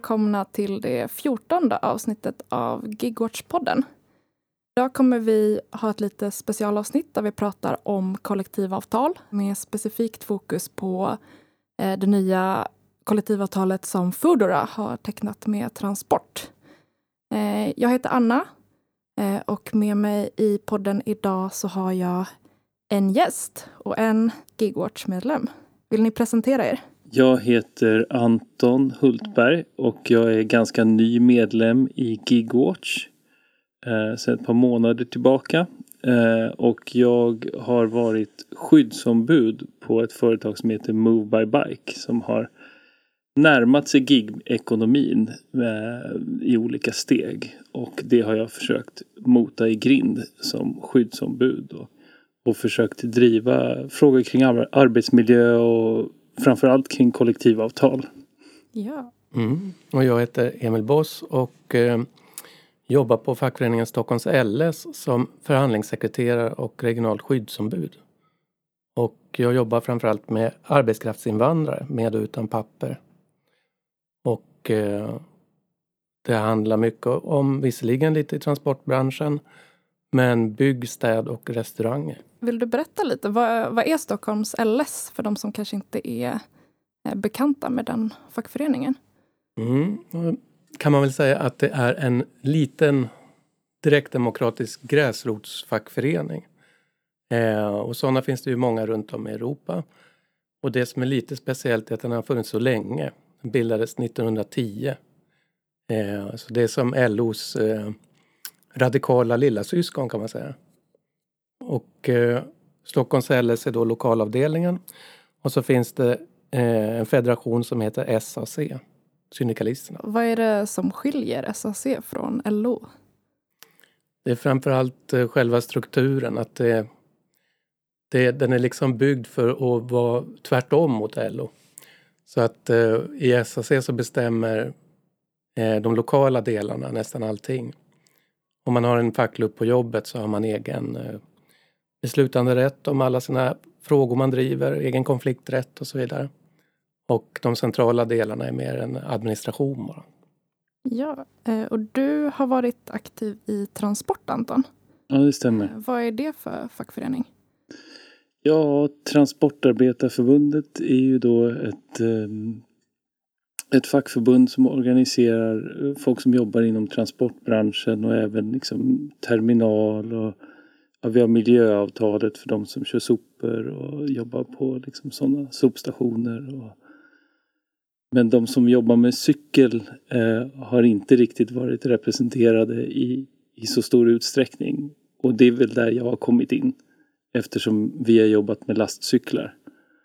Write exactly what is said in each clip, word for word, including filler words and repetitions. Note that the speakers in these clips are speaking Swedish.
välkomna till det fjortonde avsnittet av Gigwatch-podden. Idag kommer vi ha ett lite specialavsnitt där vi pratar om kollektivavtal med specifikt fokus på eh, det nya kollektivavtalet som Foodora har tecknat med Transport. Eh, jag heter Anna eh, och med mig i podden idag så har jag en gäst och en Gigwatch-medlem. Vill ni presentera er? Jag heter Anton Hultberg och jag är ganska ny medlem i Gigwatch eh, sedan ett par månader tillbaka. Eh, och jag har varit skyddsombud på ett företag som heter Move by Bike som har närmat sig gig-ekonomin eh, i olika steg. Och det har jag försökt mota i grind som skyddsombud och, och försökt driva frågor kring ar- arbetsmiljö och framförallt kring kollektivavtal. Ja. Mm. Och jag heter Emil Boss och eh, jobbar på fackföreningen Stockholms L S som förhandlingssekreterare och regionalt skyddsombud. Och jag jobbar framförallt med arbetskraftsinvandrare med och utan papper. Och eh, det handlar mycket om, visserligen lite i transportbranschen, men bygg, städ och restauranger. Vill du berätta lite, vad, vad är Stockholms L S för de som kanske inte är bekanta med den fackföreningen? Mm. Kan man väl säga att det är en liten direktdemokratisk gräsrotsfackförening. Eh, och sådana finns det ju många runt om i Europa. Och det som är lite speciellt är att den har funnits så länge. Den bildades nittonhundratio. Eh, så det är som L O:s eh, radikala lilla syskon kan man säga. Och eh, Stockholms L S är då lokalavdelningen. Och så finns det eh, en federation som heter S A C, syndikalisterna. Vad är det som skiljer S A C från L O? Det är framförallt eh, själva strukturen. Att det, det, den är liksom byggd för att vara tvärtom mot L O. Så att eh, i S A C så bestämmer eh, de lokala delarna nästan allting. Om man har en fackklubb på jobbet så har man egen eh, beslutande rätt om alla sina frågor man driver, egen konflikträtt och så vidare. Och de centrala delarna är mer en administration bara. Ja, och du har varit aktiv i Transport, Anton. Ja, det stämmer. Vad är det för fackförening? Ja, Transportarbetarförbundet är ju då ett, ett fackförbund som organiserar folk som jobbar inom transportbranschen och även liksom terminal och ja, vi har miljöavtalet för de som kör sopor och jobbar på liksom sådana sopstationer. Och, men de som jobbar med cykel eh, har inte riktigt varit representerade i, i så stor utsträckning. Och det är väl där jag har kommit in. Eftersom vi har jobbat med lastcyklar.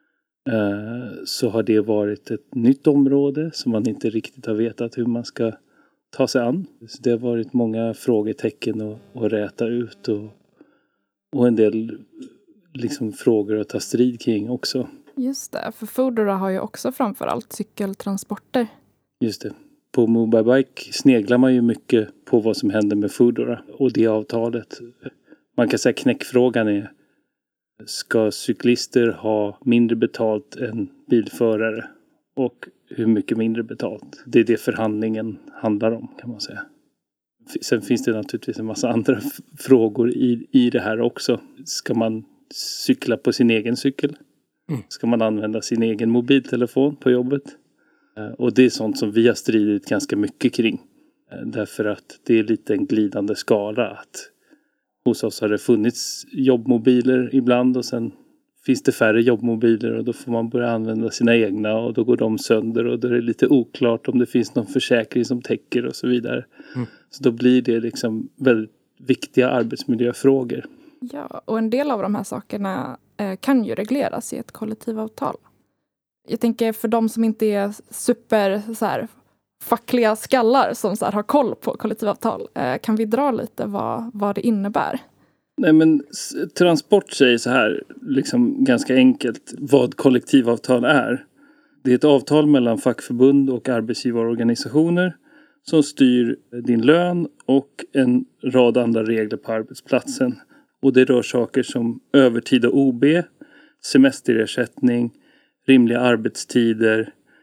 Eh, så har det varit ett nytt område som man inte riktigt har vetat hur man ska ta sig an. Så det har varit många frågetecken att, att räta ut och Och en del liksom frågor att ta strid kring också. Just det, för Foodora har ju också framförallt cykeltransporter. Just det. På Move by Bike sneglar man ju mycket på vad som händer med Foodora och det avtalet. Man kan säga knäckfrågan är: ska cyklister ha mindre betalt än bilförare? Och hur mycket mindre betalt? Det är det förhandlingen handlar om, kan man säga. Sen finns det naturligtvis en massa andra f- frågor i, i det här också. Ska man cykla på sin egen cykel? Mm. Ska man använda sin egen mobiltelefon på jobbet? Eh, och det är sånt som vi har stridit ganska mycket kring. Eh, därför att det är lite en glidande skala. Att hos oss har det funnits jobbmobiler ibland och sen finns det färre jobbmobiler och då får man börja använda sina egna och då går de sönder och då är det lite oklart om det finns någon försäkring som täcker och så vidare. Mm. Så då blir det liksom väldigt viktiga arbetsmiljöfrågor. Ja, och en del av de här sakerna eh, kan ju regleras i ett kollektivavtal. Jag tänker för de som inte är super så här, fackliga skallar som så här, har koll på kollektivavtal. Eh, kan vi dra lite vad, vad det innebär? Nej, men Transport säger så här, liksom ganska enkelt, vad kollektivavtal är. Det är ett avtal mellan fackförbund och arbetsgivarorganisationer som styr din lön och en rad andra regler på arbetsplatsen. Och det rör saker som övertid och O B, semesterersättning, rimliga arbetstider,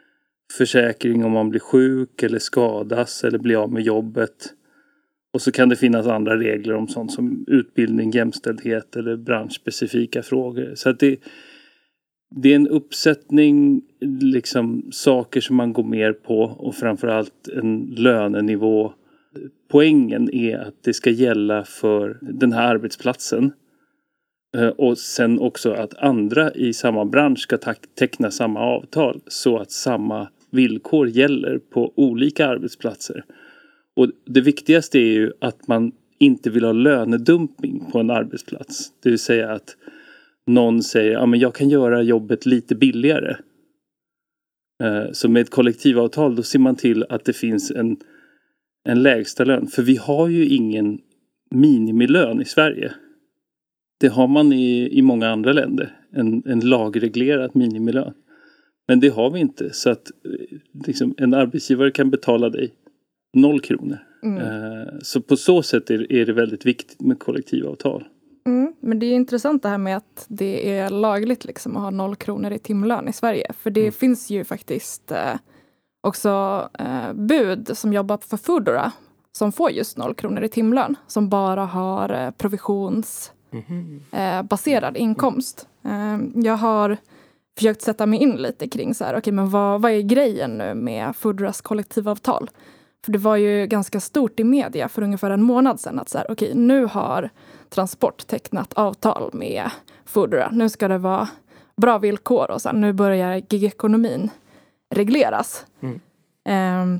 försäkring om man blir sjuk eller skadas eller blir av med jobbet. Och så kan det finnas andra regler om sånt som utbildning, jämställdhet eller branschspecifika frågor. Så att det, det är en uppsättning liksom saker som man går mer på och framförallt en lönenivå. Poängen är att det ska gälla för den här arbetsplatsen. Och sen också att andra i samma bransch ska teckna samma avtal så att samma villkor gäller på olika arbetsplatser. Och det viktigaste är ju att man inte vill ha lönedumpning på en arbetsplats. Det vill säga att någon säger ja, men jag kan göra jobbet lite billigare. Så med ett kollektivavtal då ser man till att det finns en, en lägsta lön. För vi har ju ingen minimilön i Sverige. Det har man i, i många andra länder. En, en lagreglerad minimilön. Men det har vi inte. Så att liksom, en arbetsgivare kan betala dig noll kronor. Mm. Uh, så på så sätt är, är det väldigt viktigt med kollektivavtal. Mm, men det är intressant det här med att det är lagligt liksom att ha noll kronor i timlön i Sverige. För det mm. finns ju faktiskt eh, också eh, bud som jobbar för Foodora som får just noll kronor i timlön. Som bara har eh, provisionsbaserad eh, inkomst. Eh, jag har försökt sätta mig in lite kring så här, okej, okay, men vad, vad är grejen nu med Foodoras kollektivavtal? För det var ju ganska stort i media för ungefär en månad sedan att så här, okej, okay, nu har Transport tecknat avtal med Foodora. Nu ska det vara bra villkor och sen nu börjar gigekonomin regleras. Mm. Um,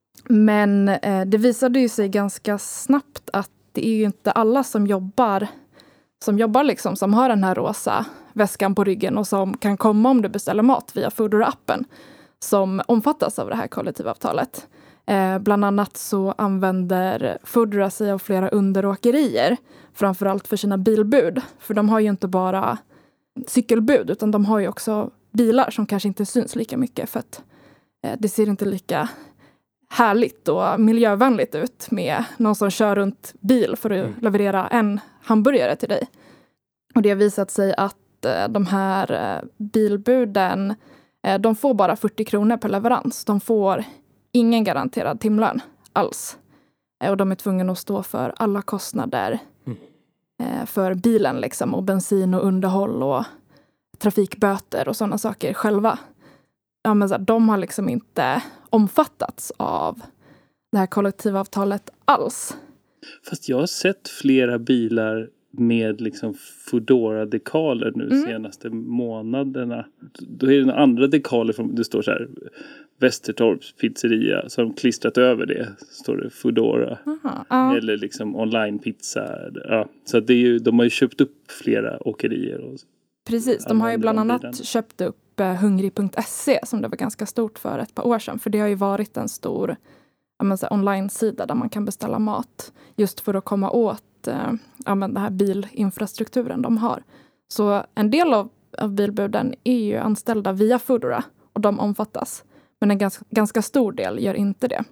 men uh, det visade ju sig ganska snabbt att det är ju inte alla som jobbar som jobbar liksom, som har den här rosa väskan på ryggen och som kan komma om du beställer mat via Foodora-appen som omfattas av det här kollektivavtalet. Eh, bland annat så använder Foodora sig av flera underåkerier framförallt för sina bilbud. För de har ju inte bara cykelbud utan de har ju också bilar som kanske inte syns lika mycket för att eh, det ser inte lika härligt och miljövänligt ut med någon som kör runt bil för att mm. leverera en hamburgare till dig. Och det har visat sig att eh, de här eh, bilbuden eh, de får bara fyrtio kronor per leverans. De får ingen garanterad timlön alls. Eh, och de är tvungna att stå för alla kostnader mm. eh, för bilen liksom, och bensin och underhåll och trafikböter och sådana saker själva. Ja, men så här, de har liksom inte omfattats av det här kollektivavtalet alls. Fast jag har sett flera bilar med liksom Foodora-dekaler nu mm. senaste månaderna. Då är det några andra dekaler från, det står så här Västertorps pizzeria som klistrat över det står det Foodora. Aha, ja. Eller liksom online-pizza. Ja. Så det är ju, de har ju köpt upp flera åkerier. Och precis, de har ju bland annat bilen. köpt upp hungrig punkt se som det var ganska stort för ett par år sedan. För det har ju varit en stor online-sida där man kan beställa mat just för att komma åt eh, ja, men den här bilinfrastrukturen de har. Så en del av, av bilbuden är ju anställda via Foodora och de omfattas. Men en ganska, ganska stor del gör inte det.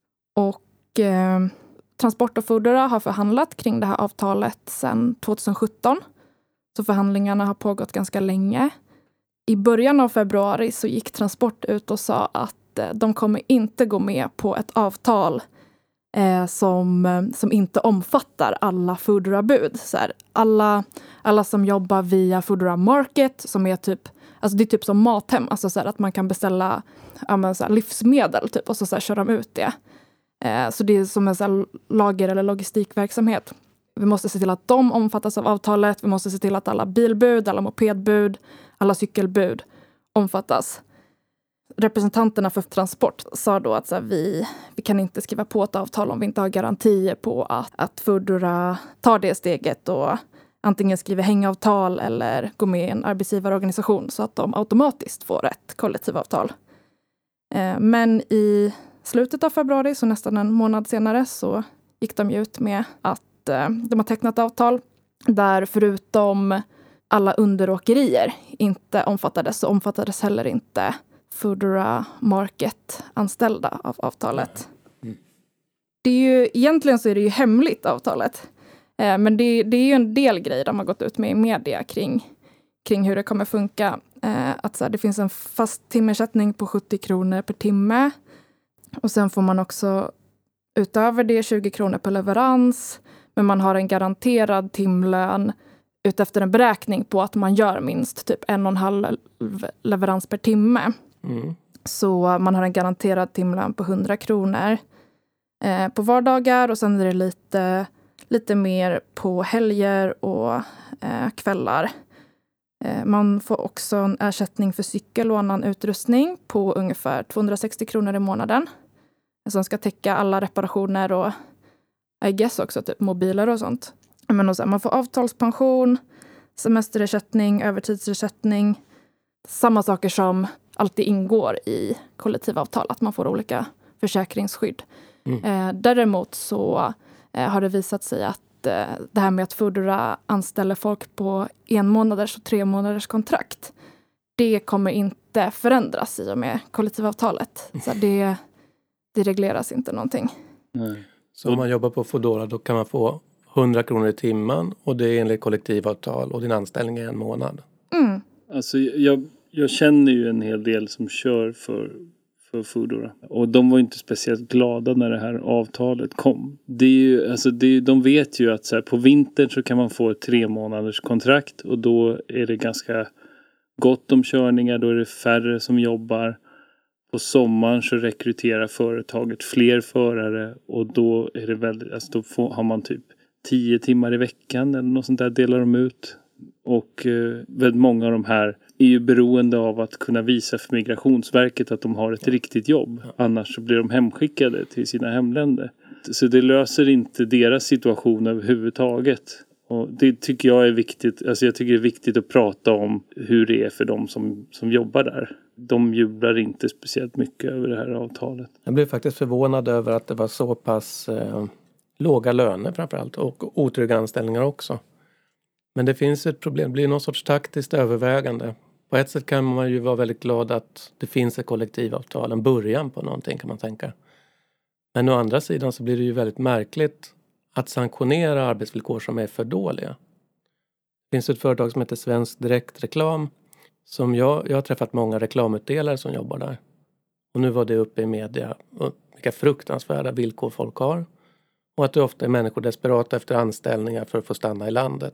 Och eh, Transport och Foodora har förhandlat kring det här avtalet sedan tjugohundrasjutton. Så förhandlingarna har pågått ganska länge. I början av februari så gick Transport ut och sa att eh, de kommer inte gå med på ett avtal eh, som, eh, som inte omfattar alla Foodora-bud. Så här, alla, alla som jobbar via Foodora Market som är typ, alltså det är typ som Mathem, alltså så här, att man kan beställa ja, men, så här, livsmedel typ, och så, så här, kör de ut det. Eh, så det är som en så här, lager- eller logistikverksamhet. Vi måste se till att de omfattas av avtalet. Vi måste se till att alla bilbud, alla mopedbud, alla cykelbud omfattas. Representanterna för Transport sa då att så här, vi, vi kan inte skriva på ett avtal om vi inte har garantier på att, att Foodora tar det steget och antingen skriver hängavtal eller går med i en arbetsgivarorganisation så att de automatiskt får ett kollektivavtal. Eh, men i slutet av februari, så nästan en månad senare, så gick de ut med att de har tecknat avtal där förutom alla underåkerier inte omfattades så omfattades heller inte Foodora Market-anställda av avtalet. Mm. Det är ju, egentligen så är det ju hemligt avtalet. Eh, men det, det är ju en del grejer de har gått ut med i media kring, kring hur det kommer funka. Eh, att så här, det finns en fast timersättning på sjuttio kronor per timme. Och sen får man också utöver det tjugo kronor per leverans. Men man har en garanterad timlön utefter en beräkning på att man gör minst typ en och en halv leverans per timme. Mm. Så man har en garanterad timlön på hundra kronor eh, på vardagar. Och sen är det lite, lite mer på helger och eh, kvällar. Eh, man får också en ersättning för cykel och annan utrustning på ungefär tvåhundrasextio kronor i månaden. Som ska täcka alla reparationer och I guess också typ mobiler och sånt. Men också, man får avtalspension, semesterersättning, övertidsersättning. Samma saker som alltid ingår i kollektivavtal. Att man får olika försäkringsskydd. Mm. Eh, däremot så eh, har det visat sig att eh, det här med att Foodora anställer folk på en månaders och tre månaders kontrakt. Det kommer inte förändras i och med kollektivavtalet. Så det, det regleras inte någonting. Nej. Så om man jobbar på Foodora då kan man få hundra kronor i timmen och det är enligt kollektivavtal och din anställning är en månad. Mm. Alltså jag, jag känner ju en hel del som kör för, för Foodora. Och de var inte speciellt glada när det här avtalet kom. Det är ju, alltså det är, de vet ju att så här, på vintern så kan man få ett tre månaders kontrakt och då är det ganska gott om körningar. Då är det färre som jobbar. På sommaren så rekryterar företaget fler förare och då är det väldigt, alltså då får, har man typ tio timmar i veckan eller något sånt där delar de ut. Och eh, väldigt många av de här är ju beroende av att kunna visa för Migrationsverket att de har ett riktigt jobb. Annars så blir de hemskickade till sina hemländer. Så det löser inte deras situation överhuvudtaget. Och det tycker jag är viktigt. Alltså jag tycker det är viktigt att prata om hur det är för de som, som jobbar där. De jublar inte speciellt mycket över det här avtalet. Jag blev faktiskt förvånad över att det var så pass eh, låga löner framförallt och otrygga anställningar också. Men det finns ett problem, det blir någon sorts taktiskt övervägande. På ett sätt kan man ju vara väldigt glad att det finns ett kollektivavtal, en början på någonting kan man tänka. Men å andra sidan så blir det ju väldigt märkligt att sanktionera arbetsvillkor som är för dåliga. Det finns ett företag som heter Svensk Direktreklam. Som jag, jag har träffat många reklamutdelare som jobbar där. Och nu var det uppe i media. Och vilka fruktansvärda villkor folk har. Och att det ofta är människor desperata efter anställningar för att få stanna i landet.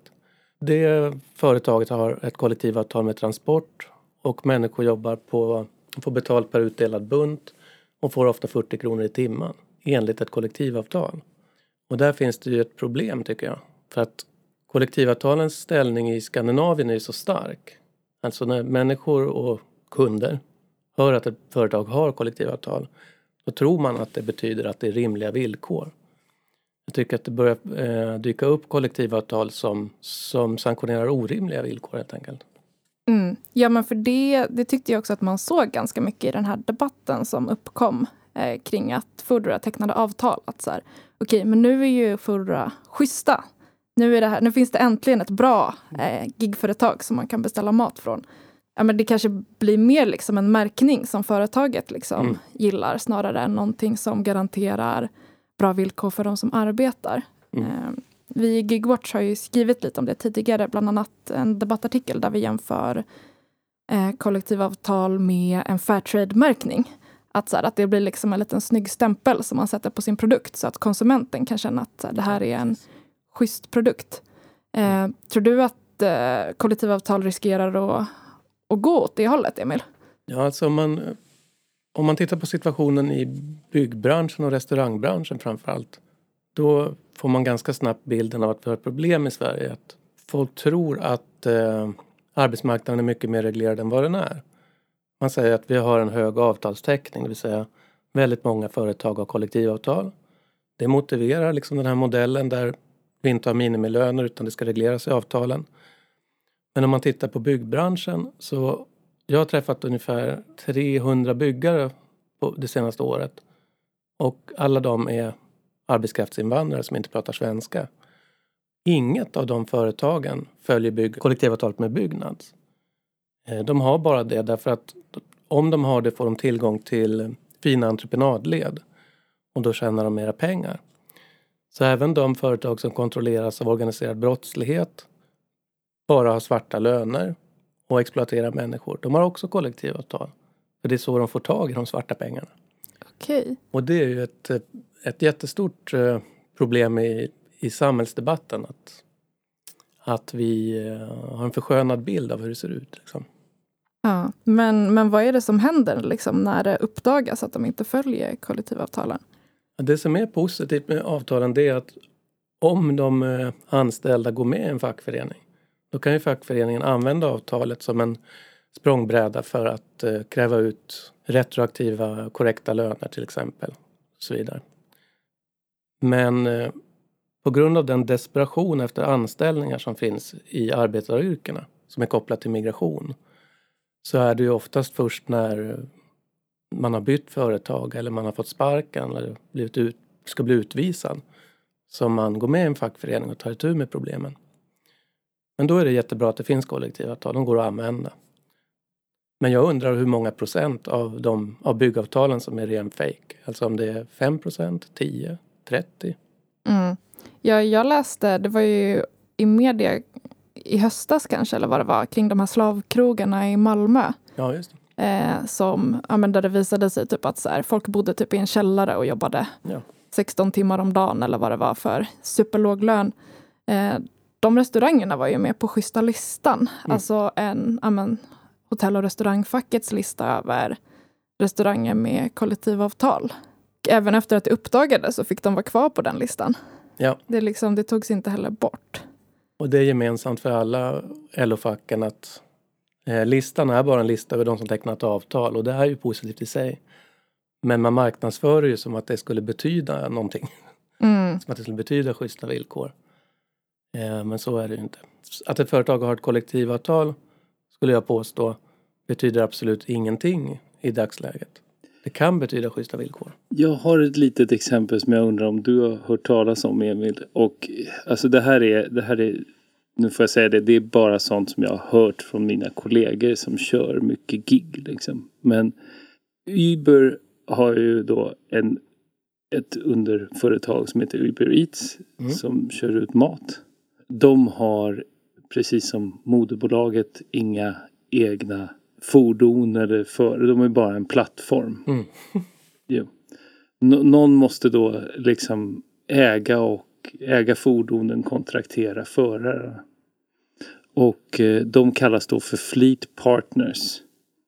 Det företaget har ett kollektivavtal med transport. Och människor jobbar på, får betalt per utdelad bunt. Och får ofta fyrtio kronor i timmen. Enligt ett kollektivavtal. Och där finns det ju ett problem tycker jag. För att kollektivavtalens ställning i Skandinavien är ju så stark. Alltså när människor och kunder hör att ett företag har kollektivavtal. Då tror man att det betyder att det är rimliga villkor. Jag tycker att det börjar eh, dyka upp kollektivavtal som, som sanktionerar orimliga villkor helt enkelt. Mm. Ja men för det, det tyckte jag också att man såg ganska mycket i den här debatten som uppkom. Eh, kring att Foodora tecknade avtal. Att så här, okej, men nu är ju Foodora schyssta. Nu, är det här, nu finns det äntligen ett bra eh, gigföretag som man kan beställa mat från. Ja, men det kanske blir mer liksom en märkning som företaget liksom mm. gillar. Snarare än någonting som garanterar bra villkor för de som arbetar. Mm. Eh, vi i Gigwatch har ju skrivit lite om det tidigare. Bland annat en debattartikel där vi jämför eh, kollektivavtal med en Fairtrade-märkning. Att, så här, att det blir liksom en liten snygg stämpel som man sätter på sin produkt. Så att konsumenten kan känna att så här, det här är en schysst produkt. Eh, tror du att eh, kollektivavtal riskerar att, att gå åt det hållet, Emil? Ja, alltså om man, om man tittar på situationen i byggbranschen och restaurangbranschen framförallt. Då får man ganska snabbt bilden av att vi har ett problem i Sverige. Att folk tror att eh, arbetsmarknaden är mycket mer reglerad än vad den är. Man säger att vi har en hög avtalstäckning, det vill säga väldigt många företag har kollektivavtal. Det motiverar liksom den här modellen där vi inte har minimilöner utan det ska regleras i avtalen. Men om man tittar på byggbranschen så jag har träffat ungefär trehundra byggare på det senaste året. Och alla de är arbetskraftsinvandrare som inte pratar svenska. Inget av de företagen följer bygg- kollektivavtalet med Byggnads. De har bara det därför att om de har det får de tillgång till fina entreprenadled. Och då tjänar de mera pengar. Så även de företag som kontrolleras av organiserad brottslighet bara har svarta löner och exploaterar människor, de har också kollektivavtal. För det är så de får tag i de svarta pengarna. Okej. Och det är ju ett, ett jättestort problem i, i samhällsdebatten. Att, att vi har en förskönad bild av hur det ser ut. Liksom. Ja, men, men vad är det som händer liksom, när det uppdagas att de inte följer kollektivavtalen? Det som är positivt med avtalen det är att om de anställda går med i en fackförening, då kan ju fackföreningen använda avtalet som en språngbräda för att eh, kräva ut retroaktiva korrekta löner till exempel. Och så vidare. Men eh, på grund av den desperation efter anställningar som finns i arbetaryrkena som är kopplat till migration, så är det ju oftast först när man har bytt företag eller man har fått sparken eller blivit ut, ska bli utvisad som man går med i en fackförening och tar itu med problemen. Men då är det jättebra att det finns kollektivavtal, de går att använda. Men jag undrar hur många procent av, de, av byggavtalen som är ren fake. Alltså om det är fem procent, tio, trettio. Mm. Ja, jag läste, det var ju i media i höstas kanske, eller vad det var, kring de här slavkrogarna i Malmö. Ja, just det. Eh, som, ja, men där det visade sig typ att så här, folk bodde typ i en källare och jobbade Ja. sexton timmar om dagen eller vad det var för superlåg lön. Eh, de restaurangerna var ju med på schyssta listan. Mm. Alltså en, ja, men, hotell- och restaurangfackets lista över restauranger med kollektivavtal. Även efter att det uppdagades så fick de vara kvar på den listan. Ja. Det, liksom, det togs inte heller bort. Och det är gemensamt för alla L O-facken att eh, listan är bara en lista över de som tecknat avtal. Och det är ju positivt i sig. Men man marknadsför ju som att det skulle betyda någonting. Mm. Som att det skulle betyda schyssta villkor. Eh, men så är det ju inte. Att ett företag har ett kollektivavtal skulle jag påstå betyder absolut ingenting i dagsläget. Det kan betyda schyssta villkor. Jag har ett litet exempel som jag undrar om du har hört talas om, Emil. Och alltså det här är, det här är, nu får jag säga det, det är bara sånt som jag har hört från mina kollegor som kör mycket gig liksom. Men Uber har ju då en, ett underföretag som heter Uber Eats mm. som kör ut mat. De har, precis som moderbolaget, inga egna fordon eller för, de är bara en plattform. Mm. Jo. N- någon måste då liksom äga och äga fordonen, kontraktera förare. Och eh, de kallas då för fleet partners.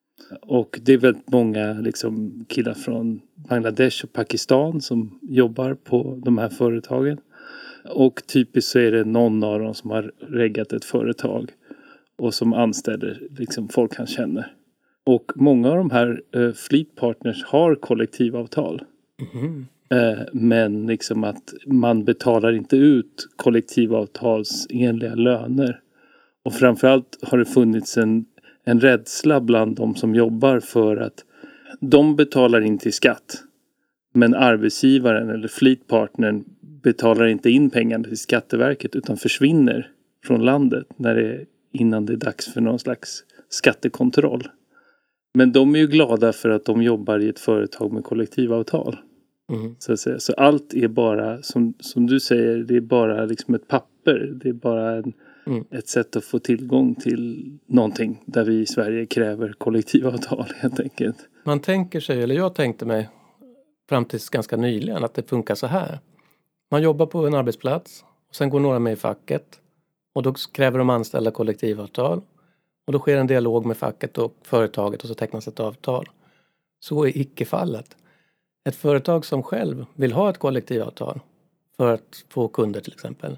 Och det är väldigt många liksom killar från Bangladesh och Pakistan som jobbar på de här företagen. Och typiskt så är det någon av dem som har reggat ett företag och som anställer liksom folk han känner. Och många av de här eh, fleet partners har kollektivavtal. Mm. Eh, men liksom att man betalar inte ut kollektivavtalsenliga löner. Och framförallt har det funnits en, en rädsla bland de som jobbar för att de betalar in till skatt. Men arbetsgivaren eller fleet partnern betalar inte in pengarna till Skatteverket utan försvinner från landet när det, innan det är dags för någon slags skattekontroll. Men de är ju glada för att de jobbar i ett företag med kollektivavtal. Mm. Så att säga. Så allt är bara, som, som du säger, det är bara liksom ett papper. Det är bara en, mm. ett sätt att få tillgång till någonting där vi i Sverige kräver kollektivavtal helt enkelt. Man tänker sig, eller jag tänkte mig fram tills ganska nyligen att det funkar så här. Man jobbar på en arbetsplats och sen går några med i facket och då kräver de anställda kollektivavtal. Och då sker en dialog med facket och företaget och så tecknas ett avtal. Så är icke fallet. Ett företag som själv vill ha ett kollektivavtal för att få kunder till exempel.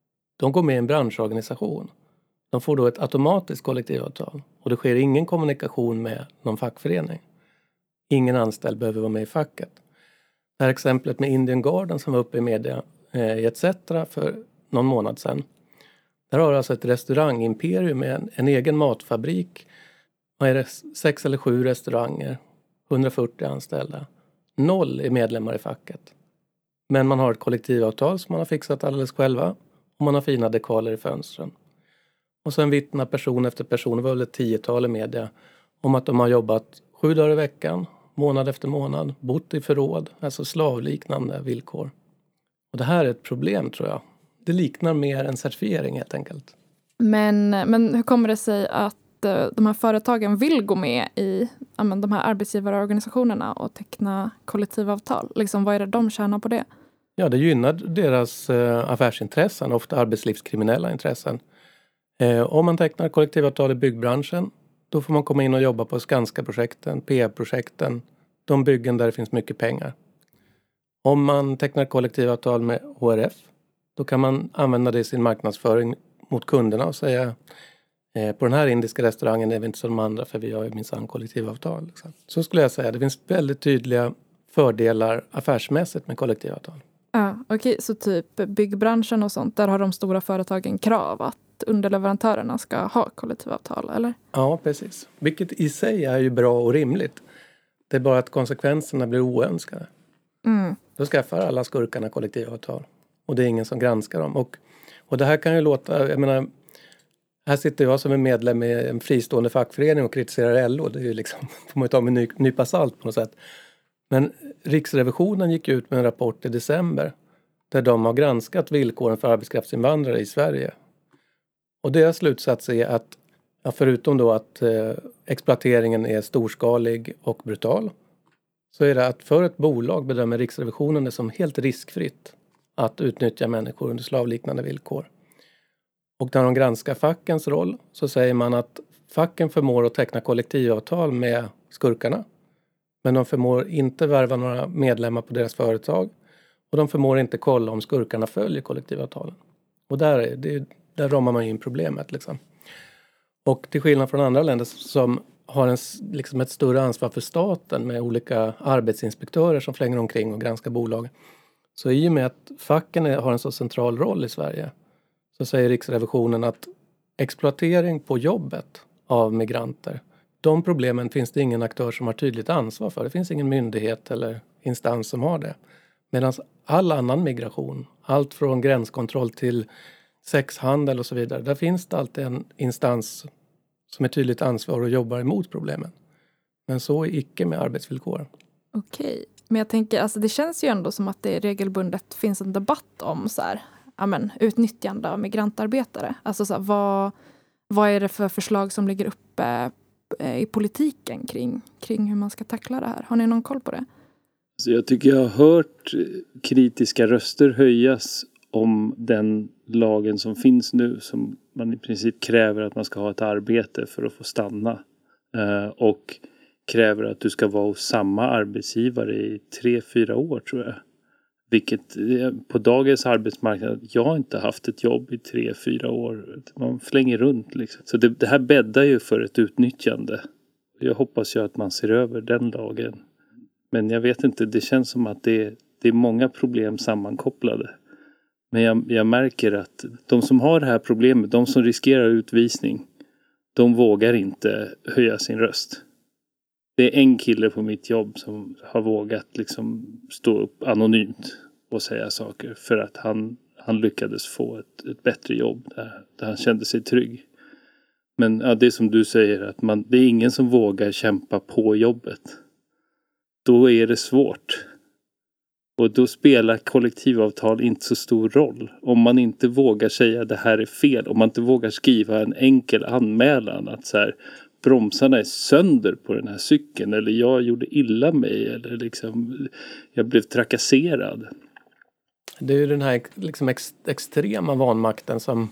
De går med i en branschorganisation. De får då ett automatiskt kollektivavtal. Och det sker ingen kommunikation med någon fackförening. Ingen anställd behöver vara med i facket. Det här exemplet med Indian Garden som var uppe i media eh, et cetera för någon månad sedan. Där har alltså ett restaurangimperium med en, en egen matfabrik. Vad är det? Sex eller sju restauranger. hundrafyrtio anställda. Noll är medlemmar i facket. Men man har ett kollektivavtal som man har fixat alldeles själva. Och man har fina dekaler i fönstren. Och sen vittnar person efter person, det var väl ett tiotal i media, om att de har jobbat sju dagar i veckan, månad efter månad, bott i förråd, alltså slavliknande villkor. Och det här är ett problem tror jag. Det liknar mer en certifiering helt enkelt. Men, men hur kommer det sig att att uh, de här företagen vill gå med i ja, men, de här arbetsgivarorganisationerna och teckna kollektivavtal? Liksom, vad är det de tjänar på det? Ja, det gynnar deras uh, affärsintressen, ofta arbetslivskriminella intressen. Uh, om man tecknar kollektivavtal i byggbranschen, då får man komma in och jobba på Skanska-projekten, P F-projekten, de byggen där det finns mycket pengar. Om man tecknar kollektivavtal med H R F, då kan man använda det i sin marknadsföring mot kunderna och säga eh, på den här indiska restaurangen är vi inte som de andra för vi har ju minsann kollektivavtal. Liksom. Så skulle jag säga, det finns väldigt tydliga fördelar affärsmässigt med kollektivavtal. Ja, okej, okay. Så typ byggbranschen och sånt, där har de stora företagen krav att underleverantörerna ska ha kollektivavtal, eller? Ja, precis. Vilket i sig är ju bra och rimligt. Det är bara att konsekvenserna blir oönskade. Mm. Då skaffar alla skurkarna kollektivavtal. Och det är ingen som granskar dem. Och, och det här kan ju låta, jag menar, här sitter jag som är medlem i en fristående fackförening och kritiserar L O. Det är ju liksom, får man ju ta med en ny, nypa salt på något sätt. Men Riksrevisionen gick ut med en rapport i december där de har granskat villkoren för arbetskraftsinvandrare i Sverige. Och deras slutsats är att, ja, förutom då att eh, exploateringen är storskalig och brutal, så är det att för ett bolag bedömer Riksrevisionen det som helt riskfritt att utnyttja människor under slavliknande villkor. Och när de granskar fackens roll så säger man att facken förmår att teckna kollektivavtal med skurkarna. Men de förmår inte värva några medlemmar på deras företag. Och de förmår inte kolla om skurkarna följer kollektivavtalen. Och där, är det, där ramar man in problemet. Liksom. Och till skillnad från andra länder som har en, liksom ett större ansvar för staten med olika arbetsinspektörer som flänger omkring och granskar bolag. Så i och med att facken är, har en så central roll i Sverige så säger Riksrevisionen att exploatering på jobbet av migranter, de problemen finns det ingen aktör som har tydligt ansvar för. Det finns ingen myndighet eller instans som har det. Medan all annan migration, allt från gränskontroll till sexhandel och så vidare, där finns det alltid en instans som är tydligt ansvar och jobbar emot problemen. Men så är icke med arbetsvillkor. Okej, men jag tänker, alltså det känns ju ändå som att det regelbundet finns en debatt om så här, amen, utnyttjande av migrantarbetare. Alltså så här, vad, vad är det för förslag som ligger uppe i politiken kring, kring hur man ska tackla det här? Har ni någon koll på det? Så jag tycker jag har hört kritiska röster höjas om den lagen som finns nu, som man i princip kräver att man ska ha ett arbete för att få stanna. Eh, och kräver att du ska vara hos samma arbetsgivare i tre, fyra år tror jag. Vilket på dagens arbetsmarknad, jag har inte haft ett jobb i tre, fyra år. Man flänger runt liksom. Så det, det här bäddar ju för ett utnyttjande. Jag hoppas ju att man ser över den lagen. Men jag vet inte, det känns som att det, det är många problem sammankopplade. Men jag, jag märker att de som har det här problemet, de som riskerar utvisning, de vågar inte höja sin röst. Det är en kille på mitt jobb som har vågat liksom stå upp anonymt och säga saker för att han, han lyckades få ett, ett bättre jobb där, där han kände sig trygg. Men ja, det är som du säger, att man, det är ingen som vågar kämpa på jobbet. Då är det svårt. Och då spelar kollektivavtal inte så stor roll. Om man inte vågar säga att det här är fel. Om man inte vågar skriva en enkel anmälan att så här, bromsarna är sönder på den här cykeln. Eller jag gjorde illa mig. Eller liksom jag blev trakasserad. Det är ju den här liksom ex, extrema vanmakten som,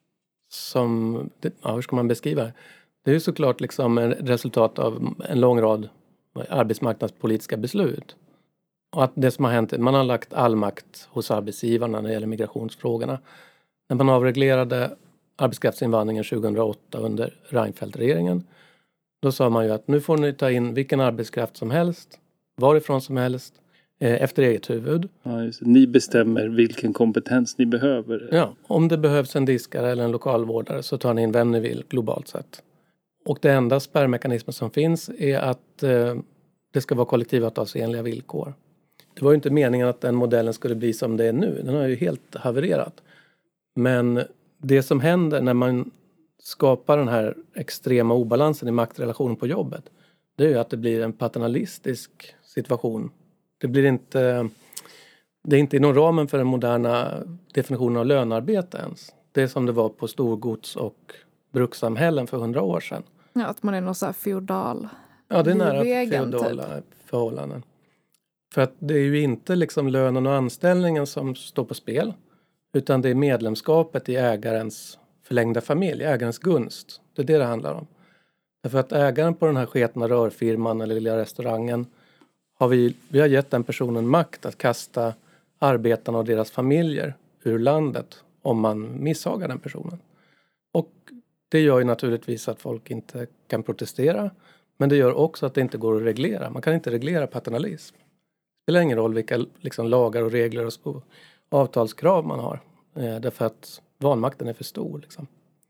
som ja, hur ska man beskriva det? Det är ju såklart liksom ett resultat av en lång rad arbetsmarknadspolitiska beslut. Och att det som har hänt, man har lagt all makt hos arbetsgivarna när det gäller migrationsfrågorna. När man avreglerade arbetskraftsinvandringen tjugohundraåtta under Reinfeldt-regeringen, då sa man ju att nu får ni ta in vilken arbetskraft som helst, varifrån som helst, eh, efter eget huvud. Ja, just det. Ni bestämmer vilken kompetens ni behöver. Ja, om det behövs en diskare eller en lokalvårdare så tar ni in vem ni vill globalt sett. Och det enda spärrmekanismen som finns är att eh, det ska vara kollektivavtalsenliga villkor. Det var ju inte meningen att den modellen skulle bli som det är nu. Den har ju helt havererat. Men det som händer när man skapar den här extrema obalansen i maktrelationen på jobbet, det är ju att det blir en paternalistisk situation. Det blir inte, det är inte inom ramen för den moderna definitionen av lönearbete ens. Det är som det var på storgods- och brukssamhällen för hundra år sedan. Ja, att man är någon så här feodal. Ja, det är nära livegen, feodala typ. förhållanden. För att det är ju inte liksom lönen och anställningen som står på spel. Utan det är medlemskapet i ägarens förlängda familj, ägarens gunst. Det är det det handlar om. Därför att ägaren på den här sketna rörfirman eller lilla restaurangen har vi, vi har gett den personen makt att kasta arbetarna och deras familjer ur landet om man misshagar den personen. Och det gör ju naturligtvis att folk inte kan protestera, men det gör också att det inte går att reglera. Man kan inte reglera paternalism. Det spelar ingen roll vilka liksom, lagar och regler och avtalskrav man har, eh, därför att vanmakten är för stor. Liksom.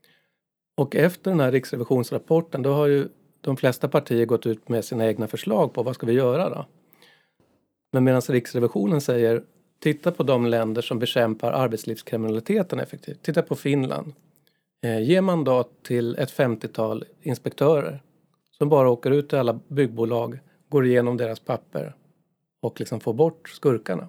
Och efter den här riksrevisionsrapporten då har ju de flesta partier gått ut med sina egna förslag på vad ska vi göra då. Men medan Riksrevisionen säger titta på de länder som bekämpar arbetslivskriminaliteten effektivt. Titta på Finland. Eh, ge mandat till ett femtiotal inspektörer som bara åker ut till alla byggbolag, går igenom deras papper och liksom får bort skurkarna.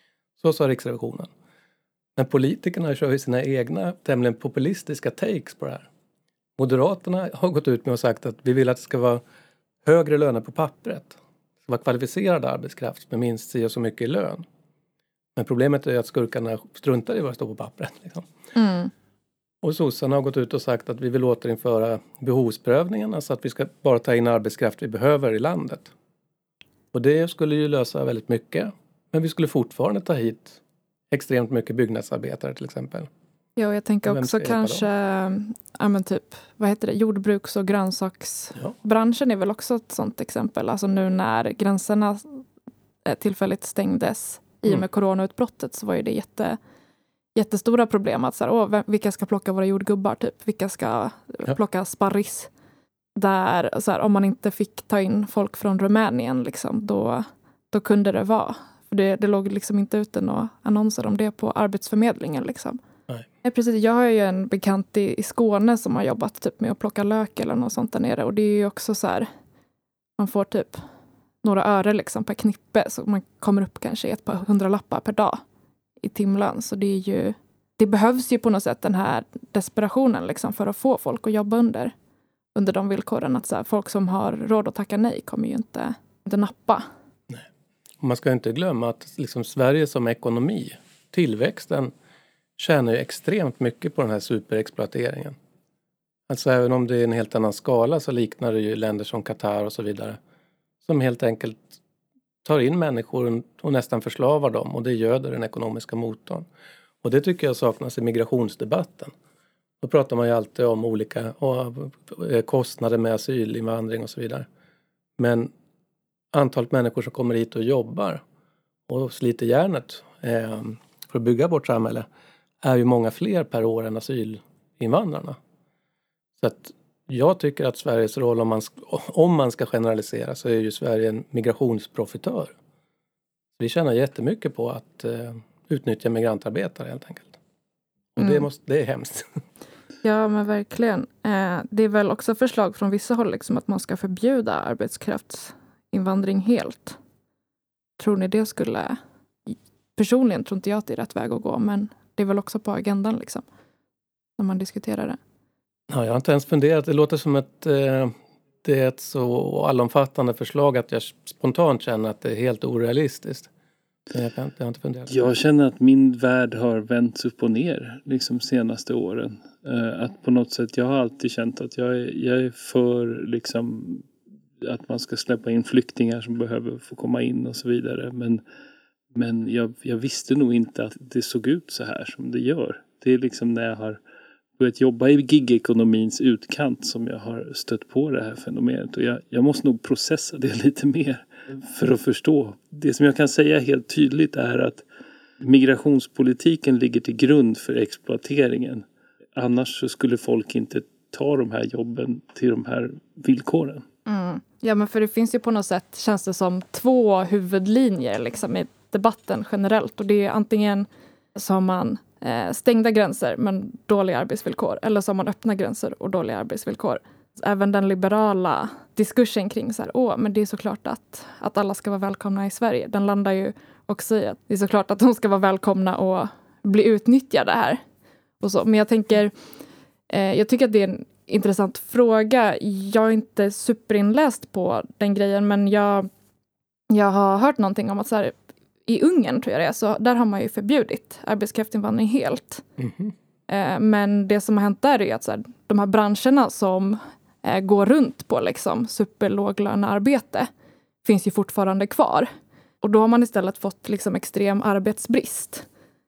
Så sa Riksrevisionen. Men politikerna kör ju sina egna tämligen populistiska takes på det här. Moderaterna har gått ut med och sagt att vi vill att det ska vara högre löner på pappret. Det ska vara kvalificerad arbetskraft med minst si och så mycket i lön. Men problemet är att skurkarna struntar i vad det står på pappret. Liksom. Mm. Och sossarna har gått ut och sagt att vi vill återinföra behovsprövningen. Alltså att vi ska bara ta in arbetskraft vi behöver i landet. Och det skulle ju lösa väldigt mycket. Men vi skulle fortfarande ta hit extremt mycket byggnadsarbetare till exempel. Ja, jag tänker också kanske, ja men typ, vad heter det, jordbruks- och grönsaksbranschen ja. Är väl också ett sånt exempel. Alltså nu när gränserna tillfälligt stängdes i och med mm. coronautbrottet så var ju det jätte, jättestora problem. Att så här, åh, vilka ska plocka våra jordgubbar typ? Vilka ska ja. plocka sparris? Där, så här, om man inte fick ta in folk från Rumänien liksom, då, då kunde det vara. För det, det låg liksom inte ute några annonser om det på Arbetsförmedlingen liksom. Nej, precis. Jag har ju en bekant i, i Skåne som har jobbat typ med att plocka lök eller något sånt där nere. Och det är ju också så här, man får typ några öre liksom per knippe. Så man kommer upp kanske ett par hundralappar per dag i timlön. Så det är ju, det behövs ju på något sätt den här desperationen liksom för att få folk att jobba under, under de villkoren. Att så här, folk som har råd att tacka nej kommer ju inte, inte nappa. Nej. Man ska inte glömma att liksom Sverige som ekonomi, tillväxten tjänar ju extremt mycket på den här superexploateringen. Alltså även om det är en helt annan skala så liknar det ju länder som Qatar och så vidare. Som helt enkelt tar in människor och nästan förslavar dem och det göder den ekonomiska motorn. Och det tycker jag saknas i migrationsdebatten. Då pratar man ju alltid om olika kostnader med asylinvandring och så vidare. Men antalet människor som kommer hit och jobbar och sliter järnet eh, för att bygga vårt samhälle är ju många fler per år än asylinvandrarna. Så att jag tycker att Sveriges roll, om man, om man ska generalisera, så är ju Sverige en migrationsprofitör. Vi tjänar jättemycket på att uh, utnyttja migrantarbetare helt enkelt. Och mm. det, måste, det är hemskt. Ja, men verkligen. Eh, det är väl också förslag från vissa håll liksom, att man ska förbjuda arbetskraftsinvandring helt. Tror ni det skulle... Personligen tror inte jag att det är rätt väg att gå, men det är väl också på agendan liksom, när man diskuterar det. Ja, jag har inte ens funderat. Det låter som ett, eh, det är ett så allomfattande förslag att jag spontant känner att det är helt orealistiskt. Jag, kan, jag har inte funderat. Jag känner att min värld har vänts upp och ner liksom senaste åren. Eh, att på något sätt, jag har alltid känt att jag är, jag är för liksom, att man ska släppa in flyktingar som behöver få komma in och så vidare. Men Men jag, jag visste nog inte att det såg ut så här som det gör. Det är liksom när jag har börjat jobba i gigekonomins utkant som jag har stött på det här fenomenet. Och jag, jag måste nog processa det lite mer för att förstå. Det som jag kan säga helt tydligt är att migrationspolitiken ligger till grund för exploateringen. Annars så skulle folk inte ta de här jobben till de här villkoren. Mm. Ja, men för det finns ju på något sätt, känns det som, två huvudlinjer liksom i debatten generellt. Och det är antingen så har man eh, stängda gränser men dåliga arbetsvillkor. Eller så har man öppna gränser och dåliga arbetsvillkor. Även den liberala diskursen kring så här, åh, men det är såklart att, att alla ska vara välkomna i Sverige. Den landar ju också i att det är såklart att de ska vara välkomna och bli utnyttjade här. Och så. Men jag tänker, eh, jag tycker att det är en intressant fråga. Jag är inte superinläst på den grejen, men jag, jag har hört någonting om att så här, i Ungern tror jag det är, så där har man ju förbjudit arbetskraftsinvandring helt. Mm-hmm. Eh, men det som har hänt där är att så här, de här branscherna som eh, går runt på liksom superlåglönearbete finns ju fortfarande kvar. Och då har man istället fått liksom extrem arbetsbrist.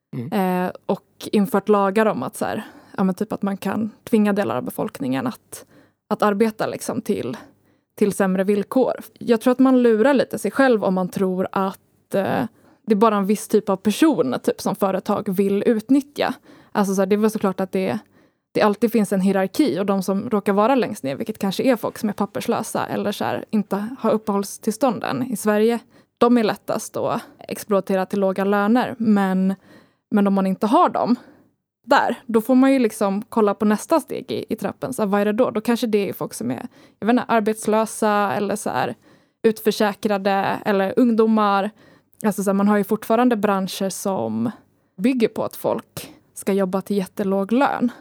Mm. Eh, och infört lagar om att, så här, ja, men typ att man kan tvinga delar av befolkningen att, att arbeta liksom till, till sämre villkor. Jag tror att man lurar lite sig själv om man tror att eh, det är bara en viss typ av person typ, som företag vill utnyttja. Alltså, så här, det är väl såklart att det, det alltid finns en hierarki, och de som råkar vara längst ner, vilket kanske är folk som är papperslösa eller så här, inte har uppehållstillstånd än i Sverige, de är lättast att exploatera till låga löner. Men, men om man inte har dem där, då får man ju liksom kolla på nästa steg i, i trappen. Så här, vad är det då? Då kanske det är folk som är jag vet inte, arbetslösa eller så här, utförsäkrade eller ungdomar. Alltså, så här, man har ju fortfarande branscher som bygger på att folk ska jobba till jättelåg lön.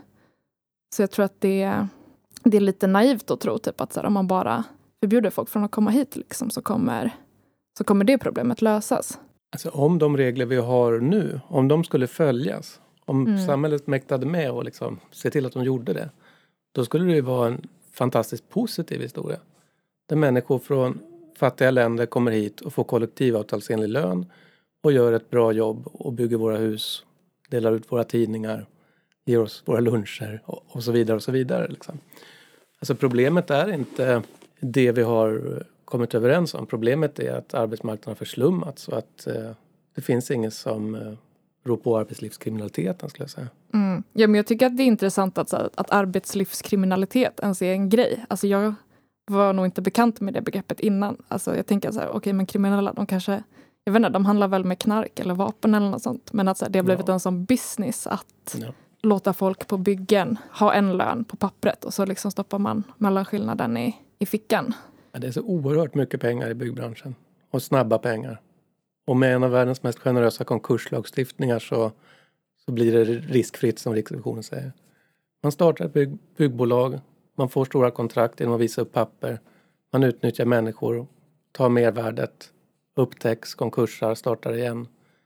Så jag tror att det, det är lite naivt att tro typ, att så här, om man bara förbjuder folk från att komma hit liksom, så, kommer, så kommer det problemet lösas. Alltså, om de regler vi har nu, om de skulle följas, om mm. samhället mäktade med och liksom se till att de gjorde det, då skulle det ju vara en fantastiskt positiv historia. Där människor från fattiga länder kommer hit och får kollektivavtalsenlig lön och gör ett bra jobb och bygger våra hus, delar ut våra tidningar, ger oss våra luncher och, och så vidare och så vidare. Liksom. Alltså problemet är inte det vi har kommit överens om. Problemet är att arbetsmarknaden har förslummats och att eh, det finns ingen som eh, rår på arbetslivskriminaliteten, skulle jag säga. Mm. Ja, men jag tycker att det är intressant att, att arbetslivskriminalitet ens är en grej. Alltså jag var nog inte bekant med det begreppet innan. Alltså jag tänker så här, okej, okay, men kriminella, de kanske, jag vet inte, de handlar väl med knark eller vapen eller något sånt. Men att så här, det har blivit ja. en sån business att ja. låta folk på byggen ha en lön på pappret och så liksom stoppar man mellanskillnaden i, i fickan. Ja, det är så oerhört mycket pengar i byggbranschen. Och snabba pengar. Och med en av världens mest generösa konkurslagstiftningar så, så blir det riskfritt, som Riksrevisionen säger. Man startar ett bygg, byggbolag. Man får stora kontrakt genom att visa upp papper. Man utnyttjar människor. Tar mervärdet. Upptäcks, konkursar, startar igen.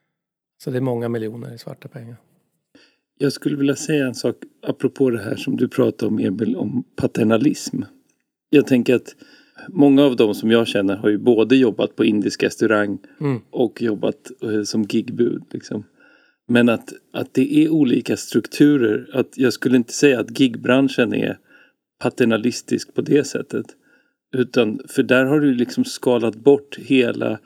Så det är många miljoner i svarta pengar. Jag skulle vilja säga en sak apropå det här som du pratade om, Emil, om paternalism. Jag tänker att många av dem som jag känner har ju både jobbat på indisk restaurang mm. och jobbat eh, som gigbud. Liksom. Men att, att det är olika strukturer. Att jag skulle inte säga att gigbranschen är paternalistisk på det sättet. Utan, för där har du liksom skalat bort hela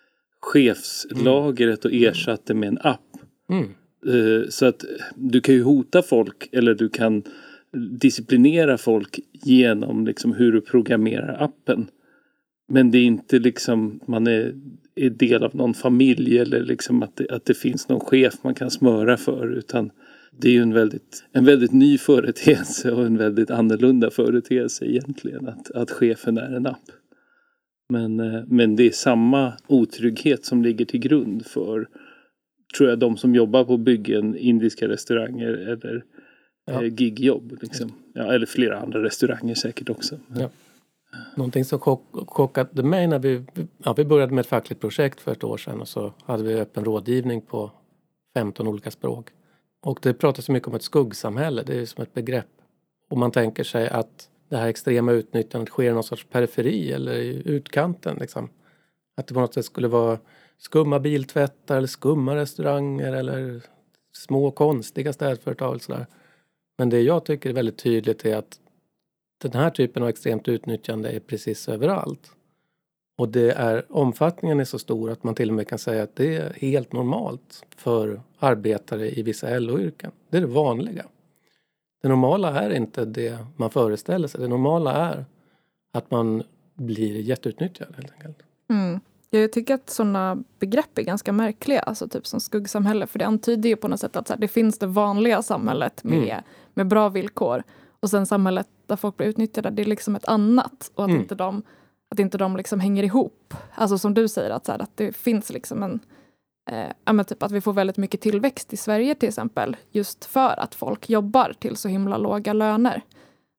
chefslagret och ersatt det med en app. Mm. Uh, så att du kan ju hota folk eller du kan disciplinera folk genom liksom hur du programmerar appen. Men det är inte liksom man är, är del av någon familj eller liksom att det, att det finns någon chef man kan smöra för, utan det är ju en väldigt, en väldigt ny företeelse och en väldigt annorlunda företeelse egentligen att, att chefen är en app. Men, men det är samma otrygghet som ligger till grund för, tror jag, de som jobbar på byggen, indiska restauranger eller ja. gigjobb. Liksom. Ja, eller flera andra restauranger säkert också. Ja. Någonting som chock, chockade mig när vi, ja, vi började med ett fackligt projekt för ett år sedan och så hade vi öppen rådgivning på femton olika språk. Och det pratas så mycket om ett skuggsamhälle, det är som ett begrepp. Och man tänker sig att det här extrema utnyttjandet sker i någon sorts periferi eller i utkanten. Liksom. Att det på något sätt skulle vara skumma biltvättar eller skumma restauranger eller små konstiga städföretag och sådär. Men det jag tycker är väldigt tydligt är att den här typen av extremt utnyttjande är precis överallt. Och det är, omfattningen är så stor att man till och med kan säga att det är helt normalt för arbetare i vissa L O-yrken. Det är det vanliga. Det normala är inte det man föreställer sig. Det normala är att man blir jätteutnyttjad helt enkelt. Mm. Jag tycker att sådana begrepp är ganska märkliga, alltså typ som skuggsamhälle. För det antyder ju på något sätt att så här, det finns det vanliga samhället med, mm. med bra villkor. Och sen samhället där folk blir utnyttjade, det är liksom ett annat. Och att mm. inte de, att inte de liksom hänger ihop. Alltså som du säger, att, så här, att det finns liksom en... Eh, ja, men typ att vi får väldigt mycket tillväxt i Sverige till exempel. Just för att folk jobbar till så himla låga löner.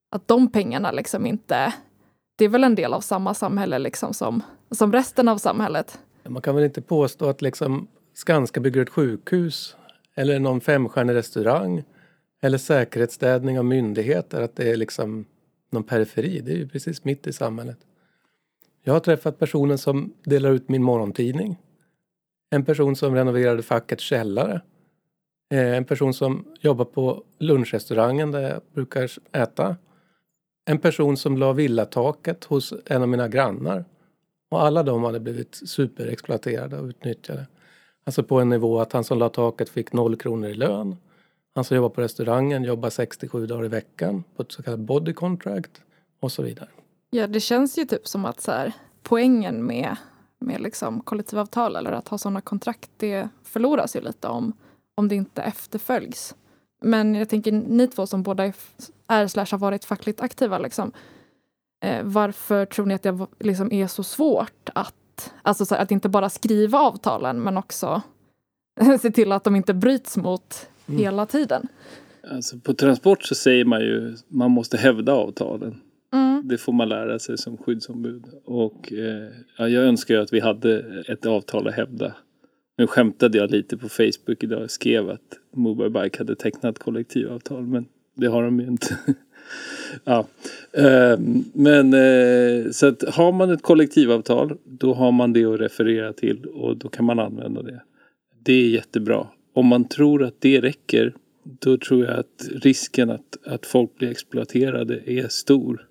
att de pengarna liksom inte, det är väl en del av samma samhälle liksom som, som resten av samhället. Man kan väl inte påstå att liksom Skanska bygger ett sjukhus eller någon femstjärnig restaurang eller säkerhetsstädning av myndigheter, att det är liksom någon periferi. Det är ju precis mitt i samhället. Jag har träffat personen som delar ut min morgontidning. En person som renoverade fackets källare. En person som jobbar på lunchrestaurangen där jag brukar äta. En person som la villataket hos en av mina grannar. Och alla de hade blivit superexploaterade och utnyttjade. Alltså på en nivå att han som la taket fick noll kronor i lön. Han som jobbar på restaurangen jobbar sextiosju dagar i veckan på ett så kallat body contract och så vidare. Ja, det känns ju typ som att så här, poängen med, med liksom kollektivavtal eller att ha sådana kontrakt, det förloras ju lite om, om det inte efterföljs. Men jag tänker, ni två som båda är, är slash har varit fackligt aktiva, liksom, eh, varför tror ni att det liksom är så svårt att, alltså så här, att inte bara skriva avtalen men också se till att de inte bryts mot mm. hela tiden? Alltså på transport så säger man ju man måste hävda avtalen. Mm. Det får man lära sig som skyddsombud. Och eh, ja, jag önskar ju att vi hade ett avtal att hävda. Nu skämtade jag lite på Facebook idag och skrev att Mobile Bike hade tecknat kollektivavtal. Men det har de ju inte. ja. eh, men eh, så att har man ett kollektivavtal, då har man det att referera till. Och då kan man använda det. Det är jättebra. Om man tror att det räcker, då tror jag att risken att, att folk blir exploaterade är stor.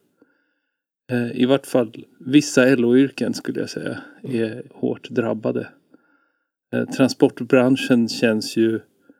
I vart fall vissa L O-yrken skulle jag säga är hårt drabbade. Transportbranschen känns ju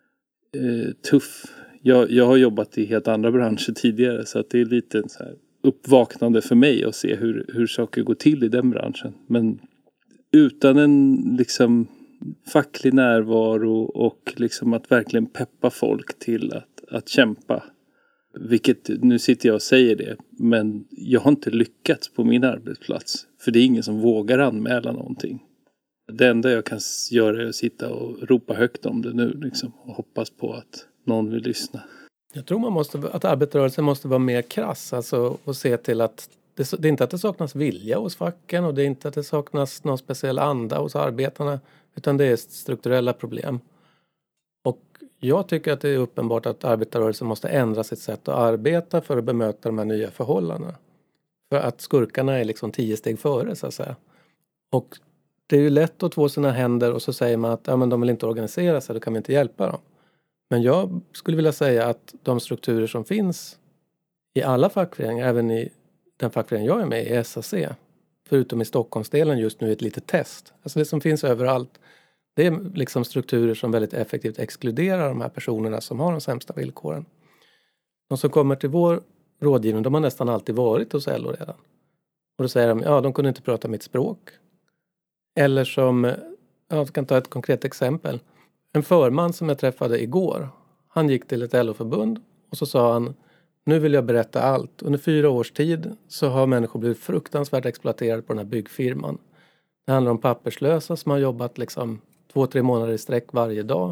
eh, tuff. Jag, jag har jobbat i helt andra branscher tidigare, så att det är lite så här uppvaknande för mig att se hur, hur saker går till i den branschen. Men utan en liksom facklig närvaro och liksom att verkligen peppa folk till att, att kämpa. Vilket, nu sitter jag och säger det, men jag har inte lyckats på min arbetsplats. För det är ingen som vågar anmäla någonting. Det enda jag kan göra är att sitta och ropa högt om det nu liksom, och hoppas på att någon vill lyssna. Jag tror man måste, att arbetarrörelsen måste vara mer krass, alltså, och se till att det, det är inte att det saknas vilja hos facken och det är inte att det saknas någon speciell anda hos arbetarna, utan det är strukturella problem. Och jag tycker att det är uppenbart att arbetarrörelsen måste ändra sitt sätt att arbeta för att bemöta de här nya förhållandena. För att skurkarna är liksom tio steg före, så att säga. Och det är ju lätt att två sina händer och så säger man att ja, men de vill inte organisera sig, då kan vi inte hjälpa dem. Men jag skulle vilja säga att de strukturer som finns i alla fackföreningar, även i den fackförening jag är med i, S A C, förutom i Stockholmsdelen just nu, är ett litet test. Alltså det som finns överallt, det är liksom strukturer som väldigt effektivt exkluderar de här personerna som har de sämsta villkoren. De som kommer till vår rådgivning, de har nästan alltid varit hos L O redan. Och då säger de, ja, de kunde inte prata mitt språk. Eller som, ja, jag kan ta ett konkret exempel. En förman som jag träffade igår, han gick till ett L O-förbund och så sa han, nu vill jag berätta allt. Under fyra års tid så har människor blivit fruktansvärt exploaterade på den här byggfirman. Det handlar om papperslösa som har jobbat liksom två, tre månader i sträck varje dag.